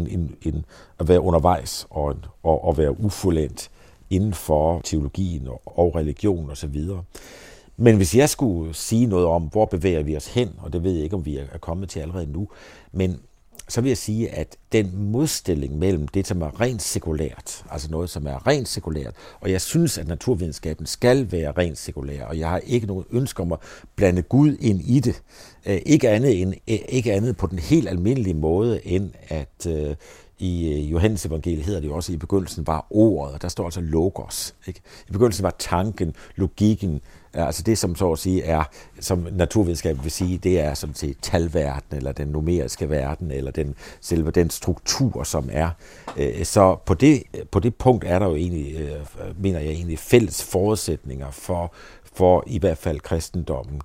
at være undervejs og være ufuldendt inden for teologien og religion og så videre. Men hvis jeg skulle sige noget om, hvor bevæger vi os hen, og det ved jeg ikke, om vi er kommet til allerede nu, men så vil jeg sige, at den modstilling mellem det, som er rent sekulært, altså noget, som er rent sekulært, og jeg synes, at naturvidenskaben skal være rent sekulær, og jeg har ikke noget ønske om at blande Gud ind i det, ikke andet på den helt almindelige måde, end at i Johannes evangeliet hedder det jo også, i begyndelsen var ordet, og der står altså logos. Ikke? I begyndelsen var tanken, logikken, altså det, som så at sige er, som naturvidenskaben vil sige, det er sådan set talverden, eller den numeriske verden, eller selve den struktur, som er. Så på det punkt er der jo egentlig, mener jeg egentlig, fælles forudsætninger for i hvert fald kristendommen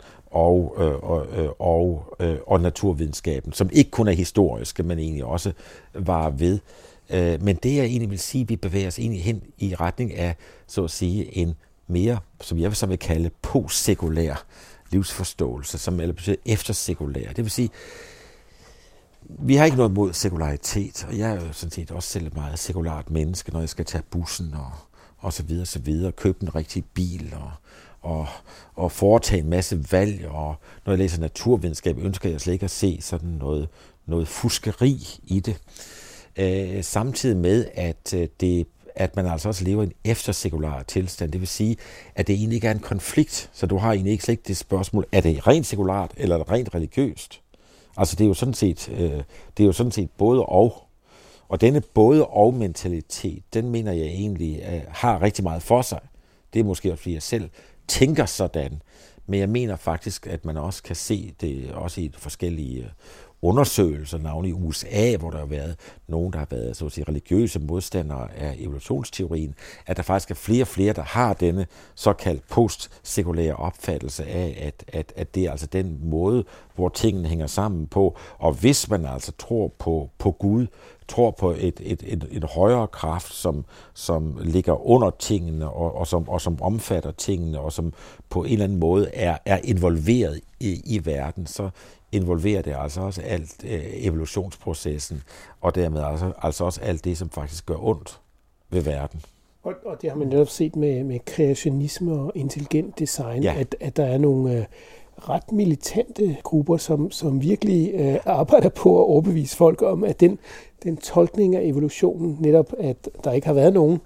og naturvidenskaben, som ikke kun er historiske, men egentlig også var ved. Men det, jeg egentlig vil sige, vi bevæger os egentlig hen i retning af, så at sige, en mere, som jeg så vil kalde, postsekulær livsforståelse, som eller eftersekulær. Det vil sige, vi har ikke noget mod sekularitet, og jeg er jo sådan set også selv et meget sekulært menneske, når jeg skal tage bussen og så videre, købe en rigtig bil og foretage en masse valg, og når jeg læser naturvidenskab, ønsker jeg slet ikke at se sådan noget fuskeri i det. Samtidig med, at man altså også lever i en eftersekulær tilstand. Det vil sige, at det egentlig ikke er en konflikt, så du har egentlig ikke slet ikke det spørgsmål, er det rent sekulært eller rent religiøst? Altså det er jo sådan set både og. Og denne både og mentalitet, den mener jeg egentlig har rigtig meget for sig. Det er måske også, fordi jeg selv tænker sådan, men jeg mener faktisk, at man også kan se det også i forskellige undersøgelser, navnlig i USA, hvor der har været nogen, der har været så at sige, religiøse modstandere af evolutionsteorien, at der faktisk er flere og flere, der har denne såkaldt postsekulære opfattelse af, at det er altså den måde, hvor tingene hænger sammen på. Og hvis man altså tror på Gud, tror på en højere kraft, som ligger under tingene, og som omfatter tingene, og som på en eller anden måde er involveret i verden, så involverer det altså også alt evolutionsprocessen, og dermed altså også alt det, som faktisk gør ondt ved verden. Og det har man netop set med kreationisme og intelligent design, ja. at der er nogle ret militante grupper, som virkelig arbejder på at overbevise folk om, at den tolkning af evolutionen, netop at der ikke har været nogen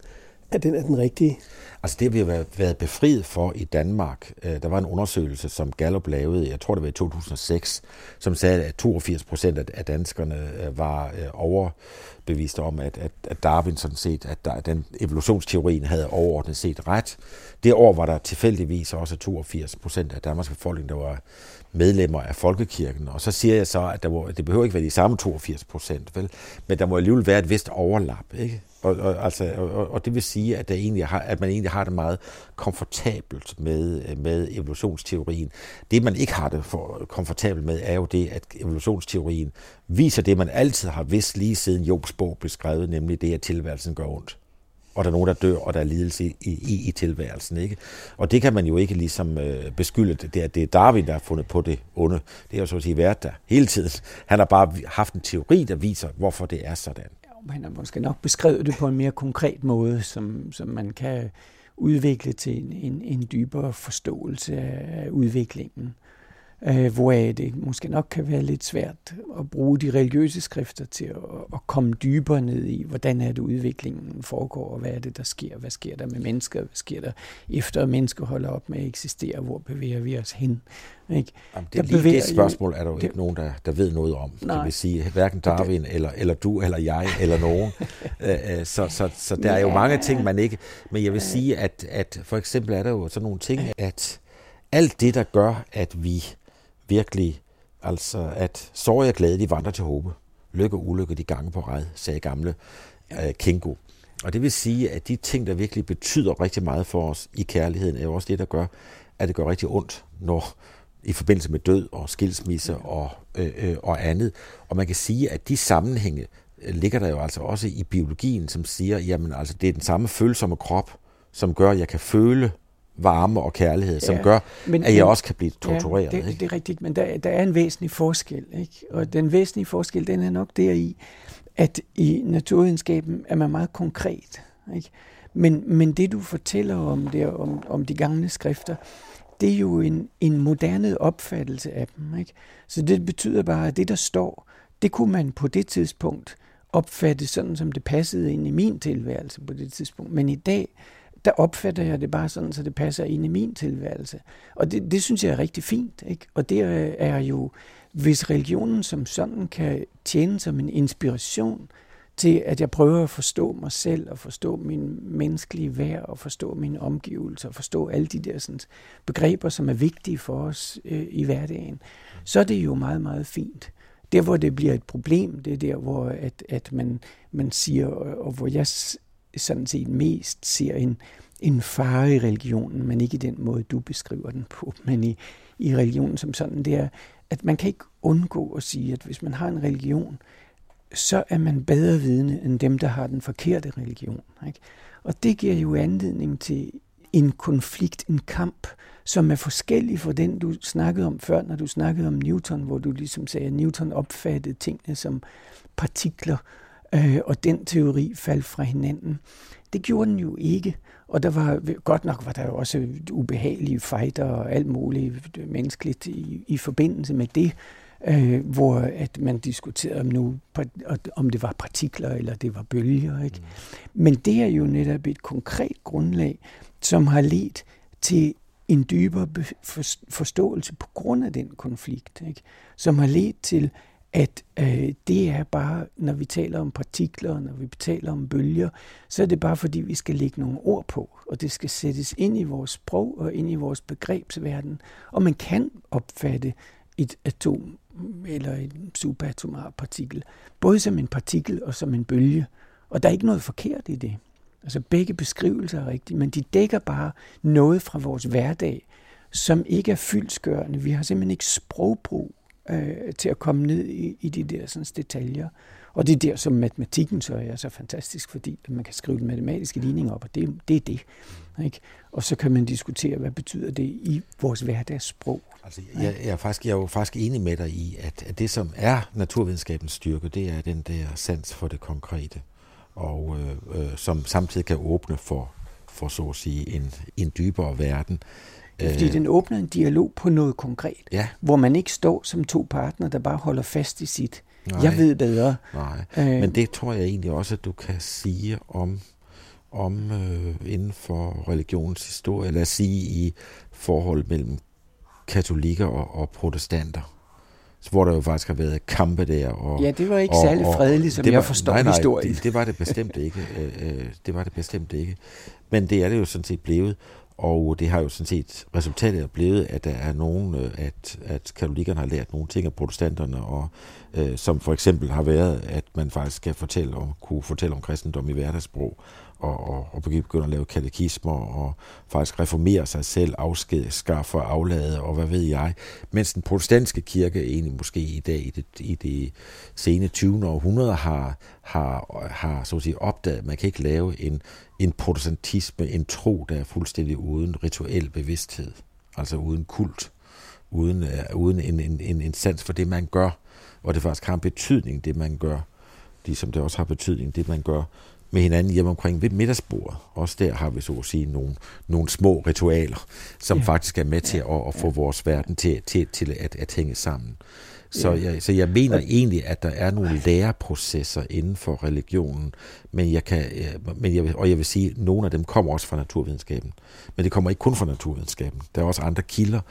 at den er den rigtige? Altså det, vi har været befriet for i Danmark, der var en undersøgelse, som Gallup lavede, jeg tror det var i 2006, som sagde, at 82% af danskerne var overbevist om, at Darwin sådan set, at den evolutionsteorien havde overordnet set ret. Det år var der tilfældigvis også 82% af Danmarks befolkning, der var medlemmer af folkekirken. Og så siger jeg så, at det behøver ikke være de samme 82%, vel? Men der må alligevel være et vist overlap, ikke? Og det vil sige, at man egentlig har det meget komfortabelt med evolutionsteorien. Det, man ikke har det for komfortabelt med, er jo det, at evolutionsteorien viser det, man altid har vidst lige siden Jobs bog blev skrevet, nemlig det, at tilværelsen gør ondt. Og der er nogen, der dør, og der er lidelse i tilværelsen, ikke? Og det kan man jo ikke ligesom beskylde. Det er Darwin, der har fundet på det onde. Det er jo så at sige været der hele tiden. Han har bare haft en teori, der viser, hvorfor det er sådan. Han har måske nok beskrevet det på en mere konkret måde, som man kan udvikle til en dybere forståelse af udviklingen. Hvoraf det måske nok kan være lidt svært at bruge de religiøse skrifter til at komme dybere ned i, hvordan er det udviklingen foregår, og hvad er det, der sker, hvad sker der med mennesker, hvad sker der efter, at mennesker holder op med at eksistere, hvor bevæger vi os hen. Ikke? Jamen, det spørgsmål er der jo ikke nogen, der ved noget om. Nej. Det vil sige, hverken Darwin, eller du, eller jeg, eller nogen. Så der er jo mange ting, man ikke... Men jeg vil sige, at for eksempel er der jo sådan nogle ting, at alt det, der gør, at vi virkelig, altså at sorg og glæde, de vandrer til håbe. Lykke og ulykke, de gange på ræd, sagde gamle Kingo. Og det vil sige, at de ting, der virkelig betyder rigtig meget for os i kærligheden, er jo også det, der gør, at det gør rigtig ondt, når i forbindelse med død og skilsmisse og andet. Og man kan sige, at de sammenhænge ligger der jo altså også i biologien, som siger, jamen altså, det er den samme følsomme krop, som gør, at jeg kan føle varme og kærlighed, som gør, at jeg også kan blive tortureret. Ja, det er rigtigt, men der er en væsentlig forskel, ikke? Og den væsentlige forskel, den er nok deri, at i naturvidenskaben er man meget konkret, ikke? Men det, du fortæller om de gamle skrifter, det er jo en moderne opfattelse af dem, ikke? Så det betyder bare, at det, der står, det kunne man på det tidspunkt opfatte sådan, som det passede ind i min tilværelse på det tidspunkt. Men i dag, der opfatter jeg det bare sådan, så det passer ind i min tilværelse. Og det synes jeg er rigtig fint, ikke? Og det er jo, hvis religionen som sådan kan tjene som en inspiration til, at jeg prøver at forstå mig selv, og forstå min menneskelige værd, og forstå mine omgivelser, og forstå alle de der sådan, begreber, som er vigtige for os i hverdagen, så er det jo meget, meget fint. Der, hvor det bliver et problem, det er der, hvor at man siger, og hvor jeg sådan set mest ser en fare i religionen, men ikke i den måde, du beskriver den på, men i religionen som sådan, det er, at man kan ikke undgå at sige, at hvis man har en religion, så er man bedre vidne end dem, der har den forkerte religion, ikke? Og det giver jo anledning til en konflikt, en kamp, som er forskellig fra den, du snakkede om før, når du snakkede om Newton, hvor du ligesom sagde, at Newton opfattede tingene som partikler, og den teori faldt fra hinanden. Det gjorde den jo ikke, og der var godt nok var der jo også ubehagelige fighter og alt muligt menneskeligt i forbindelse med det, hvor at man diskuterede om det var partikler eller det var bølger, ikke? Men det er jo netop et konkret grundlag, som har ledt til en dybere forståelse på grund af den konflikt, ikke? Som har ledt til, at det er bare, når vi taler om partikler, når vi taler om bølger, så er det bare fordi, vi skal lægge nogle ord på, og det skal sættes ind i vores sprog og ind i vores begrebsverden. Og man kan opfatte et atom eller en subatomar partikel, både som en partikel og som en bølge. Og der er ikke noget forkert i det. Altså begge beskrivelser er rigtige, men de dækker bare noget fra vores hverdag, som ikke er fyldestgørende. Vi har simpelthen ikke sprogbrug til at komme ned i de der sådan, detaljer. Og det er der, som matematikken så er så fantastisk, fordi man kan skrive matematiske ligninger op, og det er det. Ikke? Og så kan man diskutere, hvad betyder det i vores hverdagssprog. Altså, jeg er jo faktisk enig med dig i, at det, som er naturvidenskabens styrke, det er den der sans for det konkrete, og som samtidig kan åbne for så at sige, en dybere verden. Fordi den åbner en dialog på noget konkret, ja. Hvor man ikke står som to partnere, der bare holder fast i sit. Nej, jeg ved bedre. Nej, men det tror jeg egentlig også, at du kan sige om inden for religionens historie, lad os sige i forhold mellem katolikker og protestanter, hvor der jo faktisk har været kampe der. Og, ja, det var ikke særlig fredeligt, som jeg forstår historien. Det var det bestemt ikke. Det var det bestemt ikke. Men det er det jo sådan set blevet, og det har jo sådan set resultatet er blevet, at der er nogen, at katolikkerne har lært nogle ting af protestanterne, og som for eksempel har været, at man faktisk skal kunne fortælle om kristendom i hverdagssprog, og begynde at lave katekismer, og faktisk reformere sig selv, skaffe og aflade, og hvad ved jeg. Mens den protestantiske kirke egentlig måske i dag, i det sene 20. århundrede, har så at sige opdaget, at man kan ikke lave en protestantisme, en tro, der er fuldstændig uden rituel bevidsthed, altså uden kult, uden en sans for det, man gør, og det faktisk har en betydning, det man gør, ligesom det også har betydning, det man gør med hinanden hjemme omkring ved middagsbordet. Også der har vi så at sige nogle små ritualer, som faktisk er med til at få vores verden til at hænge sammen. Så jeg mener egentlig, at der er nogle læreprocesser inden for religionen, men jeg vil sige, at nogle af dem kommer også fra naturvidenskaben. Men det kommer ikke kun fra naturvidenskaben. Der er også andre kilder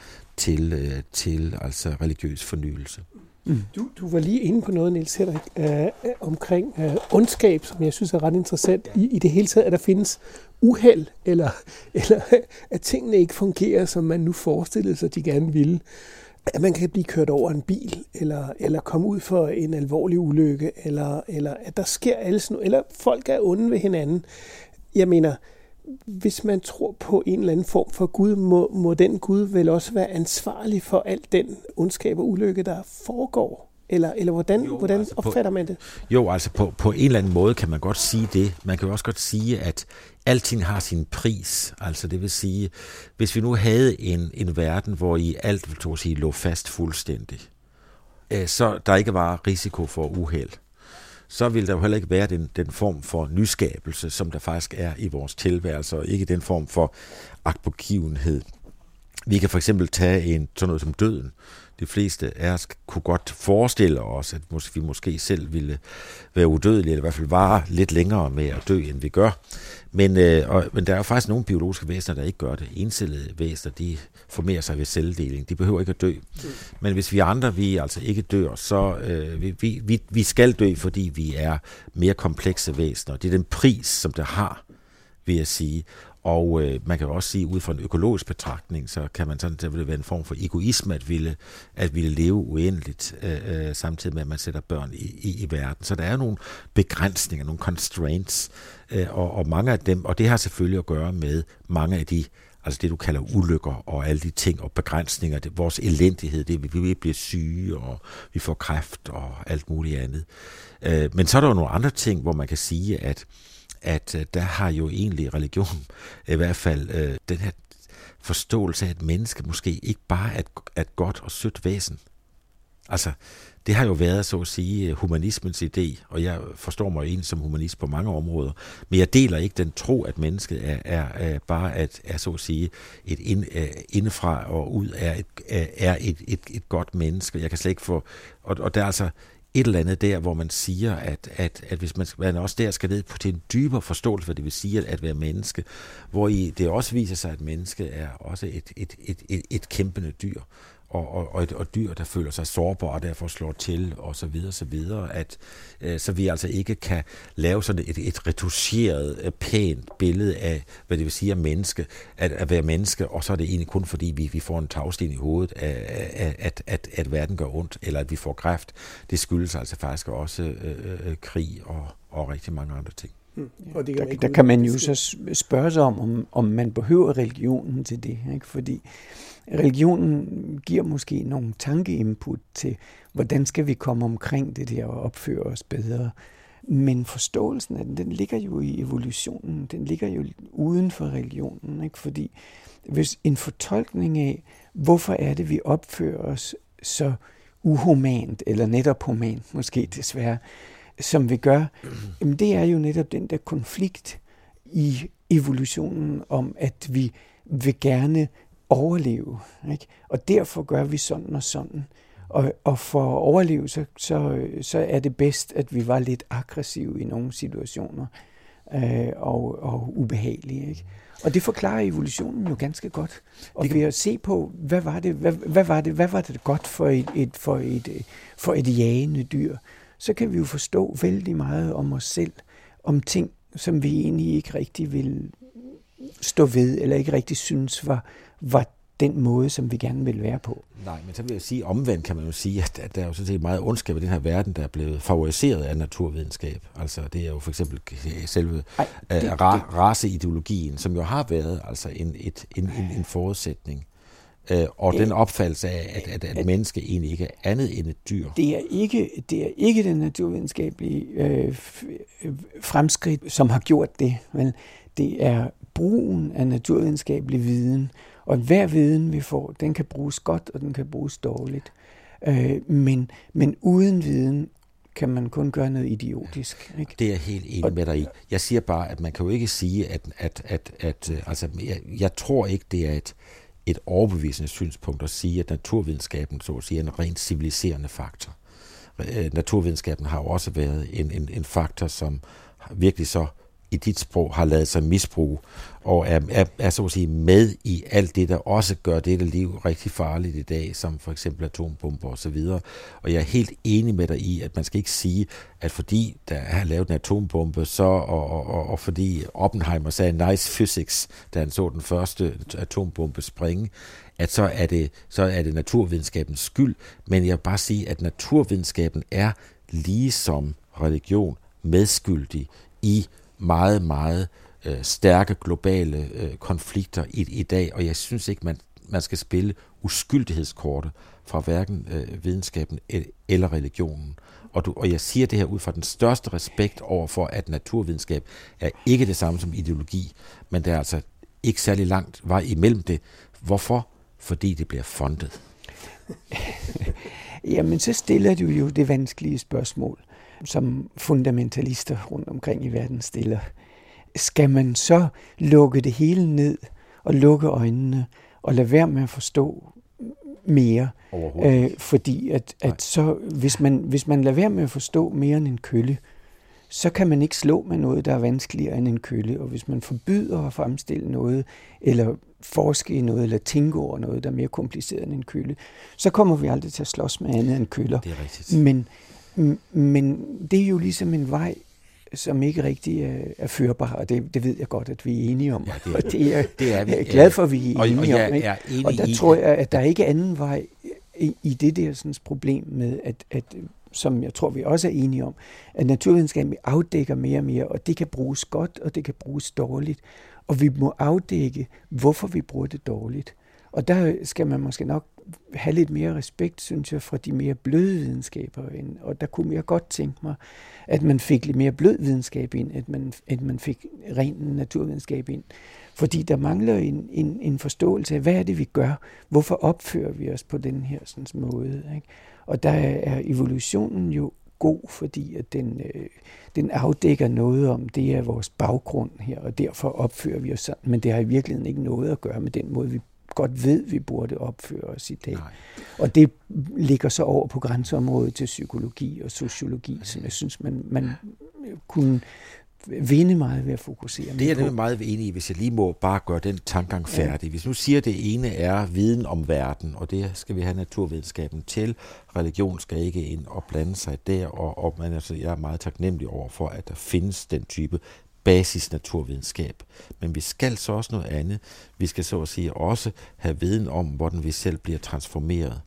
til altså religiøs fornyelse. Du var lige inde på noget, Niels Henrik, omkring ondskab, som jeg synes er ret interessant. I det hele taget, at der findes uheld, eller at tingene ikke fungerer, som man nu forestillede sig, de gerne ville. At man kan blive kørt over en bil, eller komme ud for en alvorlig ulykke, eller at der sker alles noget, eller folk er onde ved hinanden. Jeg mener, hvis man tror på en eller anden form for Gud, må den Gud vel også være ansvarlig for alt den ondskab og ulykke, der foregår? Eller hvordan opfatter man det? Jo, altså på en eller anden måde kan man godt sige det. Man kan jo også godt sige, at alting har sin pris. Altså det vil sige, hvis vi nu havde en verden, hvor i alt lå fast fuldstændig, så der ikke var risiko for uheld, så vil der jo heller ikke være den form for nyskabelse, som der faktisk er i vores tilværelse, og ikke den form for agtpågivenhed. Vi kan for eksempel tage sådan noget som døden. De fleste af os kunne godt forestille os, at vi måske selv ville være udødelige, eller i hvert fald vare lidt længere med at dø, end vi gør. Men der er jo faktisk nogle biologiske væsener, der ikke gør det. Encellede væsener, de formerer sig ved celledeling. De behøver ikke at dø. Men hvis vi andre, vi altså ikke dør, så vi skal dø, fordi vi er mere komplekse væsener. Det er den pris, som det har, vil jeg sige. Og man kan jo også sige, ud fra en økologisk betragtning, så kan man sådan, der vil det være en form for egoisme, at ville leve uendeligt, samtidig med, at man sætter børn i verden. Så der er nogle begrænsninger, nogle constraints, og mange af dem, og det har selvfølgelig at gøre med mange af de, altså det du kalder ulykker og alle de ting og begrænsninger, vores elendighed, det vi bliver syge, og vi får kræft og alt muligt andet. Men så er der jo nogle andre ting, hvor man kan sige, at der har jo egentlig religion, i hvert fald den her forståelse af, at menneske måske ikke bare er et godt og sødt væsen. Altså, det har jo været, så at sige, humanismens idé, og jeg forstår mig egentlig som humanist på mange områder, men jeg deler ikke den tro, at mennesket er bare så at sige, indefra og ud er et godt menneske. Jeg kan slet ikke få, og der er altså et eller andet der, hvor man siger, at hvis man også der skal ned til en dybere forståelse, hvad det vil sige at være menneske, hvor det også viser sig, at mennesket er også et kæmpende dyr, og et dyr, der føler sig sårbar og derfor slår til, og så videre, så vi altså ikke kan lave sådan et retuscheret, pænt billede af, hvad det vil sige at være menneske, og så er det egentlig kun fordi, vi får en tagsten i hovedet, at verden gør ondt, eller at vi får kræft. Det skyldes altså faktisk også krig og rigtig mange andre ting. Og der kan man jo så spørge sig om man behøver religionen til det, ikke? Fordi religionen giver måske nogle tankeinput til, hvordan skal vi komme omkring det der og opføre os bedre. Men forståelsen af den ligger jo i evolutionen, den ligger jo uden for religionen, ikke? Fordi hvis en fortolkning af, hvorfor er det, vi opfører os så uhumant, eller netop humant måske desværre, som vi gør, det er jo netop den der konflikt i evolutionen om, at vi vil gerne overleve, ikke? Og derfor gør vi sådan og sådan. Og for at overleve, så er det bedst, at vi var lidt aggressive i nogle situationer. og ubehagelige. Ikke? Og det forklarer evolutionen jo ganske godt. Og ved at se på, hvad var det godt for et jagende dyr, så kan vi jo forstå vældig meget om os selv, om ting, som vi egentlig ikke rigtig vil stå ved, eller ikke rigtig synes var den måde, som vi gerne vil være på. Nej, men så vil jeg sige, omvendt kan man jo sige, at der er jo sådan set meget ondskab i den her verden, der er blevet favoriseret af naturvidenskab. Altså det er jo for eksempel selve raceideologien, som jo har været altså en forudsætning. Og den opfattelse af, at menneske egentlig ikke er andet end et dyr. Det er ikke den naturvidenskabelige fremskridt, som har gjort det. Men det er brugen af naturvidenskabelig viden. Og hver viden, vi får, den kan bruges godt, og den kan bruges dårligt. Men uden viden kan man kun gøre noget idiotisk. Ikke? Det er jeg helt enig med dig i. Jeg siger bare, at man kan jo ikke sige, altså, jeg tror ikke, det er et overbevisende synspunkt at sige, at naturvidenskaben så at sige, er en rent civiliserende faktor. Naturvidenskaben har jo også været en faktor, som virkelig så i dit sprog har ladet sig misbruge, og er så at sige med i alt det, der også gør dette liv rigtig farligt i dag, som for eksempel atombomber og så videre. Og jeg er helt enig med dig i, at man skal ikke sige, at fordi der er lavet en atombombe, og fordi Oppenheimer sagde nice physics, da han så den første atombombe springe, at så er det naturvidenskabens skyld. Men jeg vil bare sige, at naturvidenskaben er ligesom religion medskyldig i meget, meget stærke globale konflikter i dag, og jeg synes ikke, man skal spille uskyldighedskortet fra hverken videnskaben eller religionen. Og jeg siger det her ud fra den største respekt over for, at naturvidenskab er ikke det samme som ideologi, men der er altså ikke særlig langt vej imellem det. Hvorfor? Fordi det bliver fundet. Jamen, så stiller du jo det vanskelige spørgsmål, som fundamentalister rundt omkring i verden stiller. Skal man så lukke det hele ned og lukke øjnene og lade være med at forstå mere? Fordi at så, hvis man lader være med at forstå mere end en kølle, så kan man ikke slå med noget, der er vanskeligere end en kølle. Og hvis man forbyder at fremstille noget, eller forske i noget, eller tænke over noget, der er mere kompliceret end en kølle, så kommer vi aldrig til at slås med andet end køller. Det er rigtigt. Men det er jo ligesom en vej, som ikke rigtig er førbar, og det ved jeg godt, at vi er enige om. Ja, det er vi. Jeg er glad for, at vi er enige om. Ikke? Og der tror jeg, at der ikke er anden vej i det der sådan, problem med, at som jeg tror, vi også er enige om, at naturvidenskaben afdækker mere og mere, og det kan bruges godt, og det kan bruges dårligt. Og vi må afdække, hvorfor vi bruger det dårligt. Og der skal man måske nok have lidt mere respekt, synes jeg, for de mere bløde videnskaber ind. Og der kunne jeg godt tænke mig, at man fik lidt mere blød videnskab ind, at man fik ren naturvidenskab ind. Fordi der mangler en forståelse af, hvad er det, vi gør? Hvorfor opfører vi os på den her sådan, måde? Ikke? Og der er evolutionen jo god, fordi at den afdækker noget om, det er vores baggrund her, og derfor opfører vi os sådan. Men det har i virkeligheden ikke noget at gøre med den måde, vi godt ved, vi burde opføre os i dag. Nej. Og det ligger så over på grænseområdet til psykologi og sociologi, som jeg synes, man kunne vinde meget ved at fokusere på. Det er jeg nemlig meget enig i, hvis jeg lige må bare gøre den tankegang færdig. Ja. Hvis nu siger, at det ene er viden om verden, og det skal vi have naturvidenskaben til. Religion skal ikke ind og blande sig der, og jeg er meget taknemmelig over for, at der findes den type basis naturvidenskab. Men vi skal så også noget andet. Vi skal så at sige også have viden om, hvordan vi selv bliver transformeret.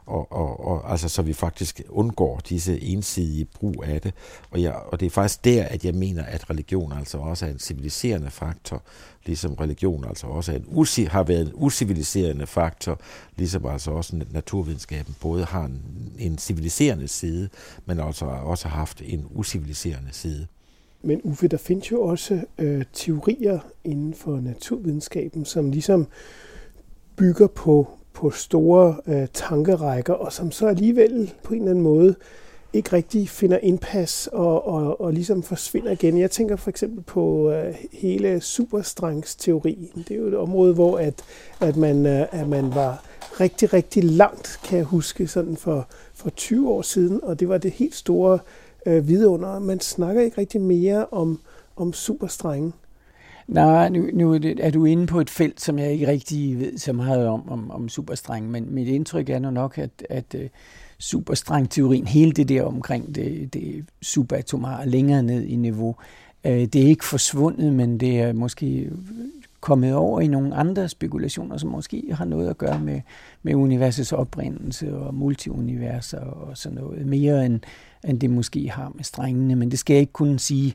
Og altså, så vi faktisk undgår disse ensidige brug af det. Og det er faktisk der, at jeg mener, at religion altså også er en civiliserende faktor, ligesom religion altså også har været en usiviliserende faktor, ligesom altså også naturvidenskaben både har en civiliserende side, men altså også har haft en usiviliserende side. Men Uffe, der findes jo også teorier inden for naturvidenskaben, som ligesom bygger på store tankerækker, og som så alligevel på en eller anden måde ikke rigtig finder indpas og ligesom forsvinder igen. Jeg tænker for eksempel på hele superstrengsteorien. Det er jo et område, hvor at man var rigtig, rigtig langt, kan jeg huske, sådan for 20 år siden, og det var det helt store vidunder. Man snakker ikke rigtig mere om superstrenge? Nej, nu er du inde på et felt, som jeg ikke rigtig ved så meget om superstrenge, men mit indtryk er nu nok, at superstrengteorien, hele det der omkring det subatomare længere ned i niveau, det er ikke forsvundet, men det er måske kommet over i nogle andre spekulationer, som måske har noget at gøre med universets oprindelse og multiuniverser og sådan noget, mere end det måske har med strengene, men det skal jeg ikke kunne sige.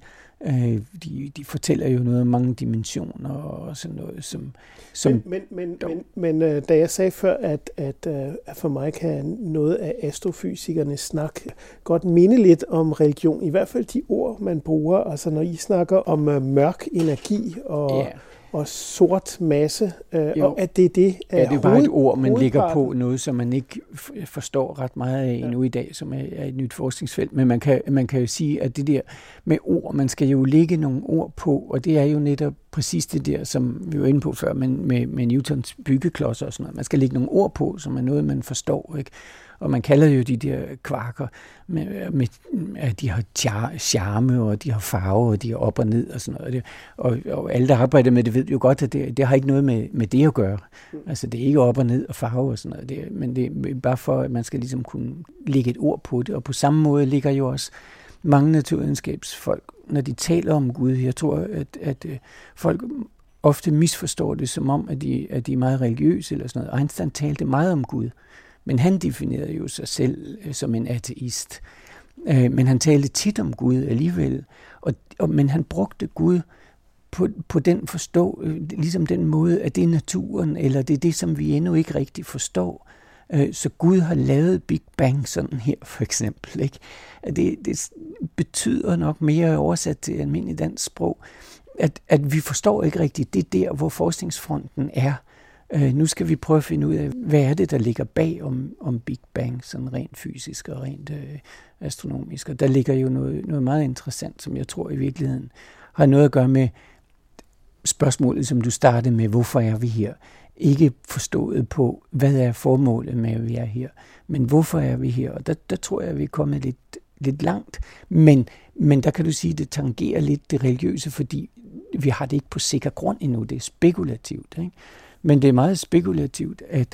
De fortæller jo noget om mange dimensioner og sådan noget, som Men da jeg sagde før, at for mig kan noget af astrofysikernes snak godt minde lidt om religion, i hvert fald de ord, man bruger, altså når I snakker om mørk energi og sort masse, og at det er det. Ja, det er bare et ord, man lægger på noget, som man ikke forstår ret meget af endnu i dag, som er et nyt forskningsfelt. Men man kan jo sige, at det der med ord, man skal jo lægge nogle ord på, og det er jo netop præcis det der, som vi var inde på før, med Newtons byggeklodser og sådan noget. Man skal lægge nogle ord på, som er noget, man forstår, ikke? Og man kalder jo de der kvarker, at de har charme, og de har farve, og de er op og ned og sådan noget. Og alle, der arbejder med det, ved jo godt, at det har ikke noget med det at gøre. Altså, det er ikke op og ned og farve og sådan noget. Men det er bare for, at man skal ligesom kunne lægge et ord på det. Og på samme måde ligger jo også mange naturvidenskabsfolk, når de taler om Gud. Jeg tror, at folk ofte misforstår det som om, at de er meget religiøse eller sådan noget. Einstein talte meget om Gud. Men han definerede jo sig selv som en ateist. Men han talte tit om Gud alligevel. Men han brugte Gud på den ligesom den måde, at det er naturen, eller det er det, som vi endnu ikke rigtig forstår. Så Gud har lavet Big Bang sådan her, for eksempel. Ikke? Det betyder nok mere oversat til almindelig dansk sprog, at vi forstår ikke rigtigt det der, hvor forskningsfronten er. Nu skal vi prøve at finde ud af, hvad er det, der ligger bag om Big Bang, sådan rent fysisk og rent astronomisk. Og der ligger jo noget meget interessant, som jeg tror i virkeligheden har noget at gøre med spørgsmålet, som du startede med, hvorfor er vi her? Ikke forstået på, hvad er formålet med, at vi er her, men hvorfor er vi her? Og der tror jeg, at vi er kommet lidt langt. Men der kan du sige, at det tangerer lidt det religiøse, fordi vi har det ikke på sikker grund endnu. Det er spekulativt, ikke? Men det er meget spekulativt, at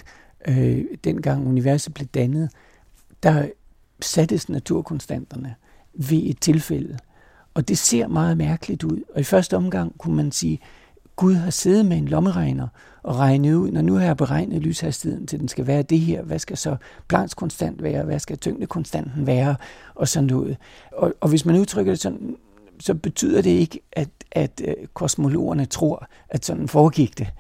dengang universet blev dannet, der sattes naturkonstanterne ved et tilfælde. Og det ser meget mærkeligt ud. Og i første omgang kunne man sige, Gud har siddet med en lommeregner og regnet ud, når nu har jeg beregnet lyshastigheden til, den skal være det her. Hvad skal så Plancks konstant være? Hvad skal tyngdekonstanten være? Og sådan noget. Og hvis man udtrykker det sådan, så betyder det ikke, at kosmologerne tror, at sådan foregik det.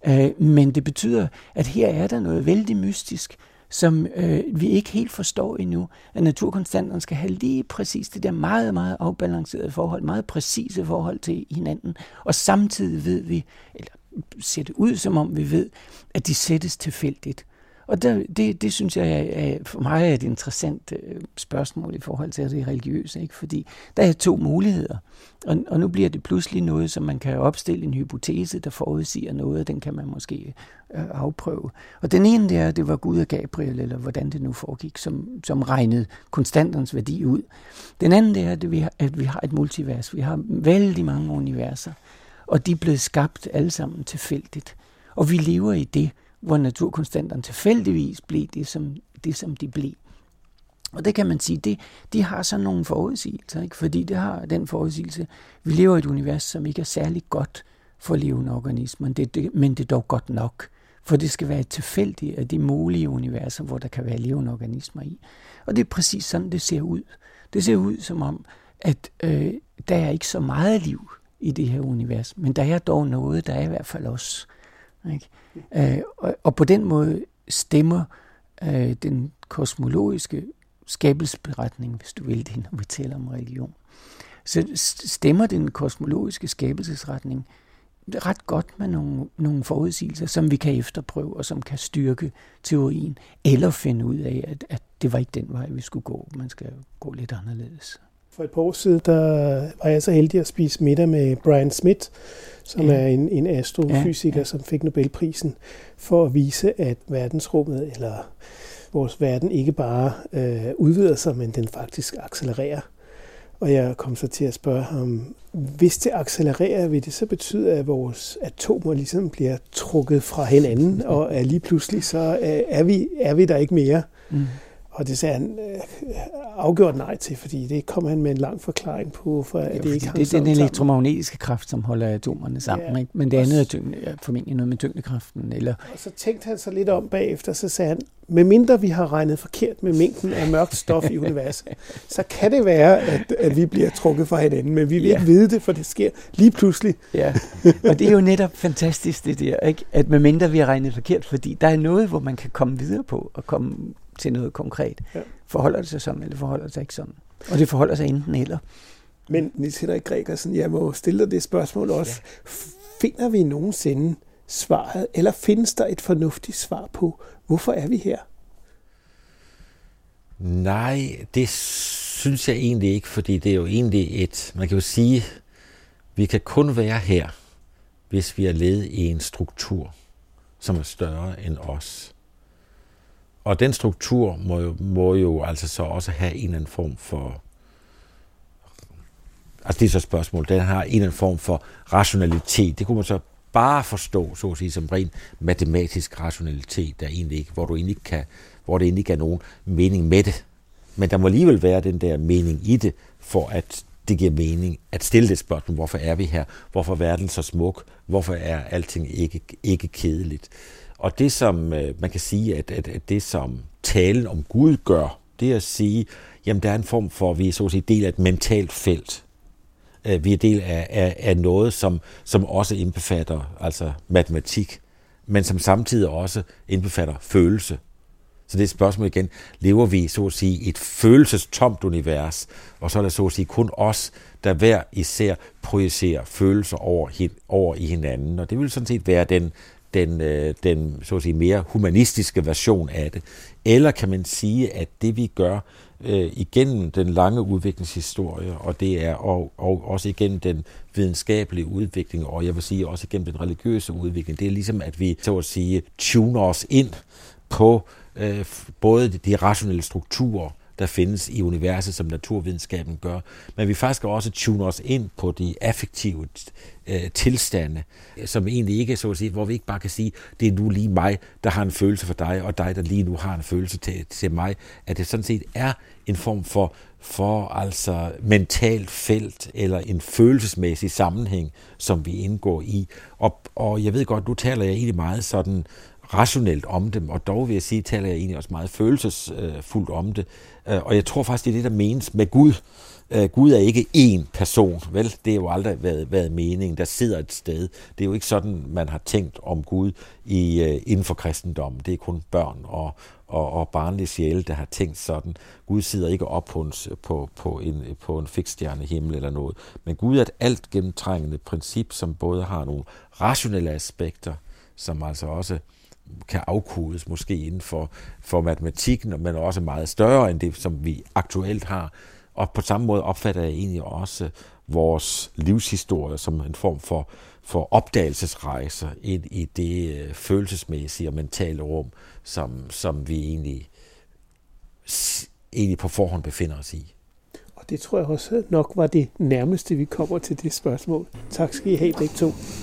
Men det betyder, at her er der noget vældig mystisk, som vi ikke helt forstår endnu, at naturkonstanterne skal have lige præcis det der meget, meget afbalancerede forhold, meget præcise forhold til hinanden, og samtidig ved vi, eller ser det ud som om vi ved, at de sættes tilfældigt. Og det synes jeg for mig er et interessant spørgsmål i forhold til det religiøse, ikke? Fordi der er to muligheder, og nu bliver det pludselig noget, som man kan opstille en hypotese, der forudsiger noget, og den kan man måske afprøve. Og den ene der, det var Gud og Gabriel, eller hvordan det nu foregik, som regnede konstanternes værdi ud. Den anden der er, at vi har et multivers. Vi har vældig mange universer, og de er blevet skabt alle sammen tilfældigt. Og vi lever i det, hvor naturkonstanterne tilfældigvis blev det, som de blev. Og det kan man sige, de har sådan nogle forudsigelser, ikke? Fordi det har den forudsigelse, vi lever i et univers, som ikke er særlig godt for levende organismer, men det er dog godt nok, for det skal være et tilfældigt af de mulige universer, hvor der kan være levende organismer i. Og det er præcis sådan, det ser ud. Det ser ud som om, at der er ikke så meget liv i det her univers, men der er dog noget, der er i hvert fald os. Ikke? Og på den måde stemmer den kosmologiske skabelsesberetning, hvis du vil det, når vi taler om religion, så stemmer den kosmologiske skabelsesretning ret godt med nogle forudsigelser, som vi kan efterprøve, og som kan styrke teorien, eller finde ud af, at det var ikke den vej, vi skulle gå. Man skal gå lidt anderledes. For et par år siden, der var jeg så heldig at spise middag med Brian Smith, som er en astrofysiker, som fik Nobelprisen for at vise, at verdensrummet, eller vores verden, ikke bare udvider sig, men den faktisk accelererer. Og jeg kom så til at spørge ham, hvis det accelererer, vil det så betyde, at vores atomer ligesom bliver trukket fra hinanden, og at lige pludselig så er vi der ikke mere? Mm. Og det sagde han afgjort nej til, fordi det kom han med en lang forklaring på, for at det ikke hang det er den elektromagnetiske kraft, som holder atomerne sammen. Ja. Ikke? Men det andet er formentlig noget med tyngdekraften. Eller... Og så tænkte han så lidt om bagefter, så sagde han, medmindre vi har regnet forkert med mængden af mørkt stof i universet, så kan det være, at vi bliver trukket fra hinanden, men vi vil ikke vide det, for det sker lige pludselig. Ja, og det er jo netop fantastisk det der, ikke? At medmindre vi har regnet forkert, fordi der er noget, hvor man kan komme videre på og komme til noget konkret. Ja. Forholder det sig sådan, eller forholder det sig ikke sådan? Og det forholder sig enten eller. Men Niels Henrik Gregersen, jeg må stille dig det spørgsmål også. Ja. Finder vi nogensinde svaret, eller findes der et fornuftigt svar på, hvorfor er vi her? Nej, det synes jeg egentlig ikke, fordi det er jo egentlig man kan jo sige, vi kan kun være her, hvis vi er led i en struktur, som er større end os. Og den struktur må jo altså så også have en eller anden form for, altså det er så et spørgsmål, den har en eller anden form for rationalitet. Det kunne man så bare forstå, så at sige, som ren matematisk rationalitet, der egentlig ikke, hvor det egentlig ikke er nogen mening med det. Men der må alligevel være den der mening i det, for at det giver mening at stille det spørgsmål, hvorfor er vi her? Hvorfor er verden så smuk? Hvorfor er alting ikke kedeligt? Og det, som man kan sige, at det, som talen om Gud gør, det er at sige, jamen der er en form for, vi er så at sige del af et mentalt felt. Vi er del af noget, som også indbefatter altså matematik, men som samtidig også indbefatter følelse. Så det er et spørgsmål igen, lever vi så at sige i et følelsestomt univers, og så er det så at sige kun os, der hver især projicerer følelser over i hinanden. Og det vil sådan set være den så at sige, mere humanistiske version af det. Eller kan man sige, at det vi gør igennem den lange udviklingshistorie, og det er og også igennem den videnskabelige udvikling, og jeg vil sige også igennem den religiøse udvikling, det er ligesom, at vi så at sige tuner os ind på både de rationelle strukturer, der findes i universet, som naturvidenskaben gør, men vi faktisk også tuner os ind på de affektive tilstande, som egentlig ikke er så at sige, hvor vi ikke bare kan sige, det er nu lige mig, der har en følelse for dig, og dig, der lige nu har en følelse til mig, at det sådan set er en form for altså mentalt felt, eller en følelsesmæssig sammenhæng, som vi indgår i. Og jeg ved godt, nu taler jeg egentlig meget sådan rationelt om dem, og dog vil jeg sige, taler jeg egentlig også meget følelsesfuldt om det. Og jeg tror faktisk, det er det, der menes med Gud. Gud er ikke én person, vel? Det har jo aldrig været meningen. Der sidder et sted. Det er jo ikke sådan, man har tænkt om Gud inden for kristendommen. Det er kun børn og barnlige sjæle, der har tænkt sådan. Gud sidder ikke op på en fiksstjerne himmel eller noget. Men Gud er et alt gennemtrængende princip, som både har nogle rationelle aspekter, som altså også kan afkodes måske inden for matematikken, men også meget større end det, som vi aktuelt har. Og på samme måde opfatter jeg egentlig også vores livshistorie som en form for opdagelsesrejser ind i det følelsesmæssige og mentale rum, som vi egentlig på forhånd befinder os i. Og det tror jeg også nok var det nærmeste, vi kommer til det spørgsmål. Tak skal I have begge to.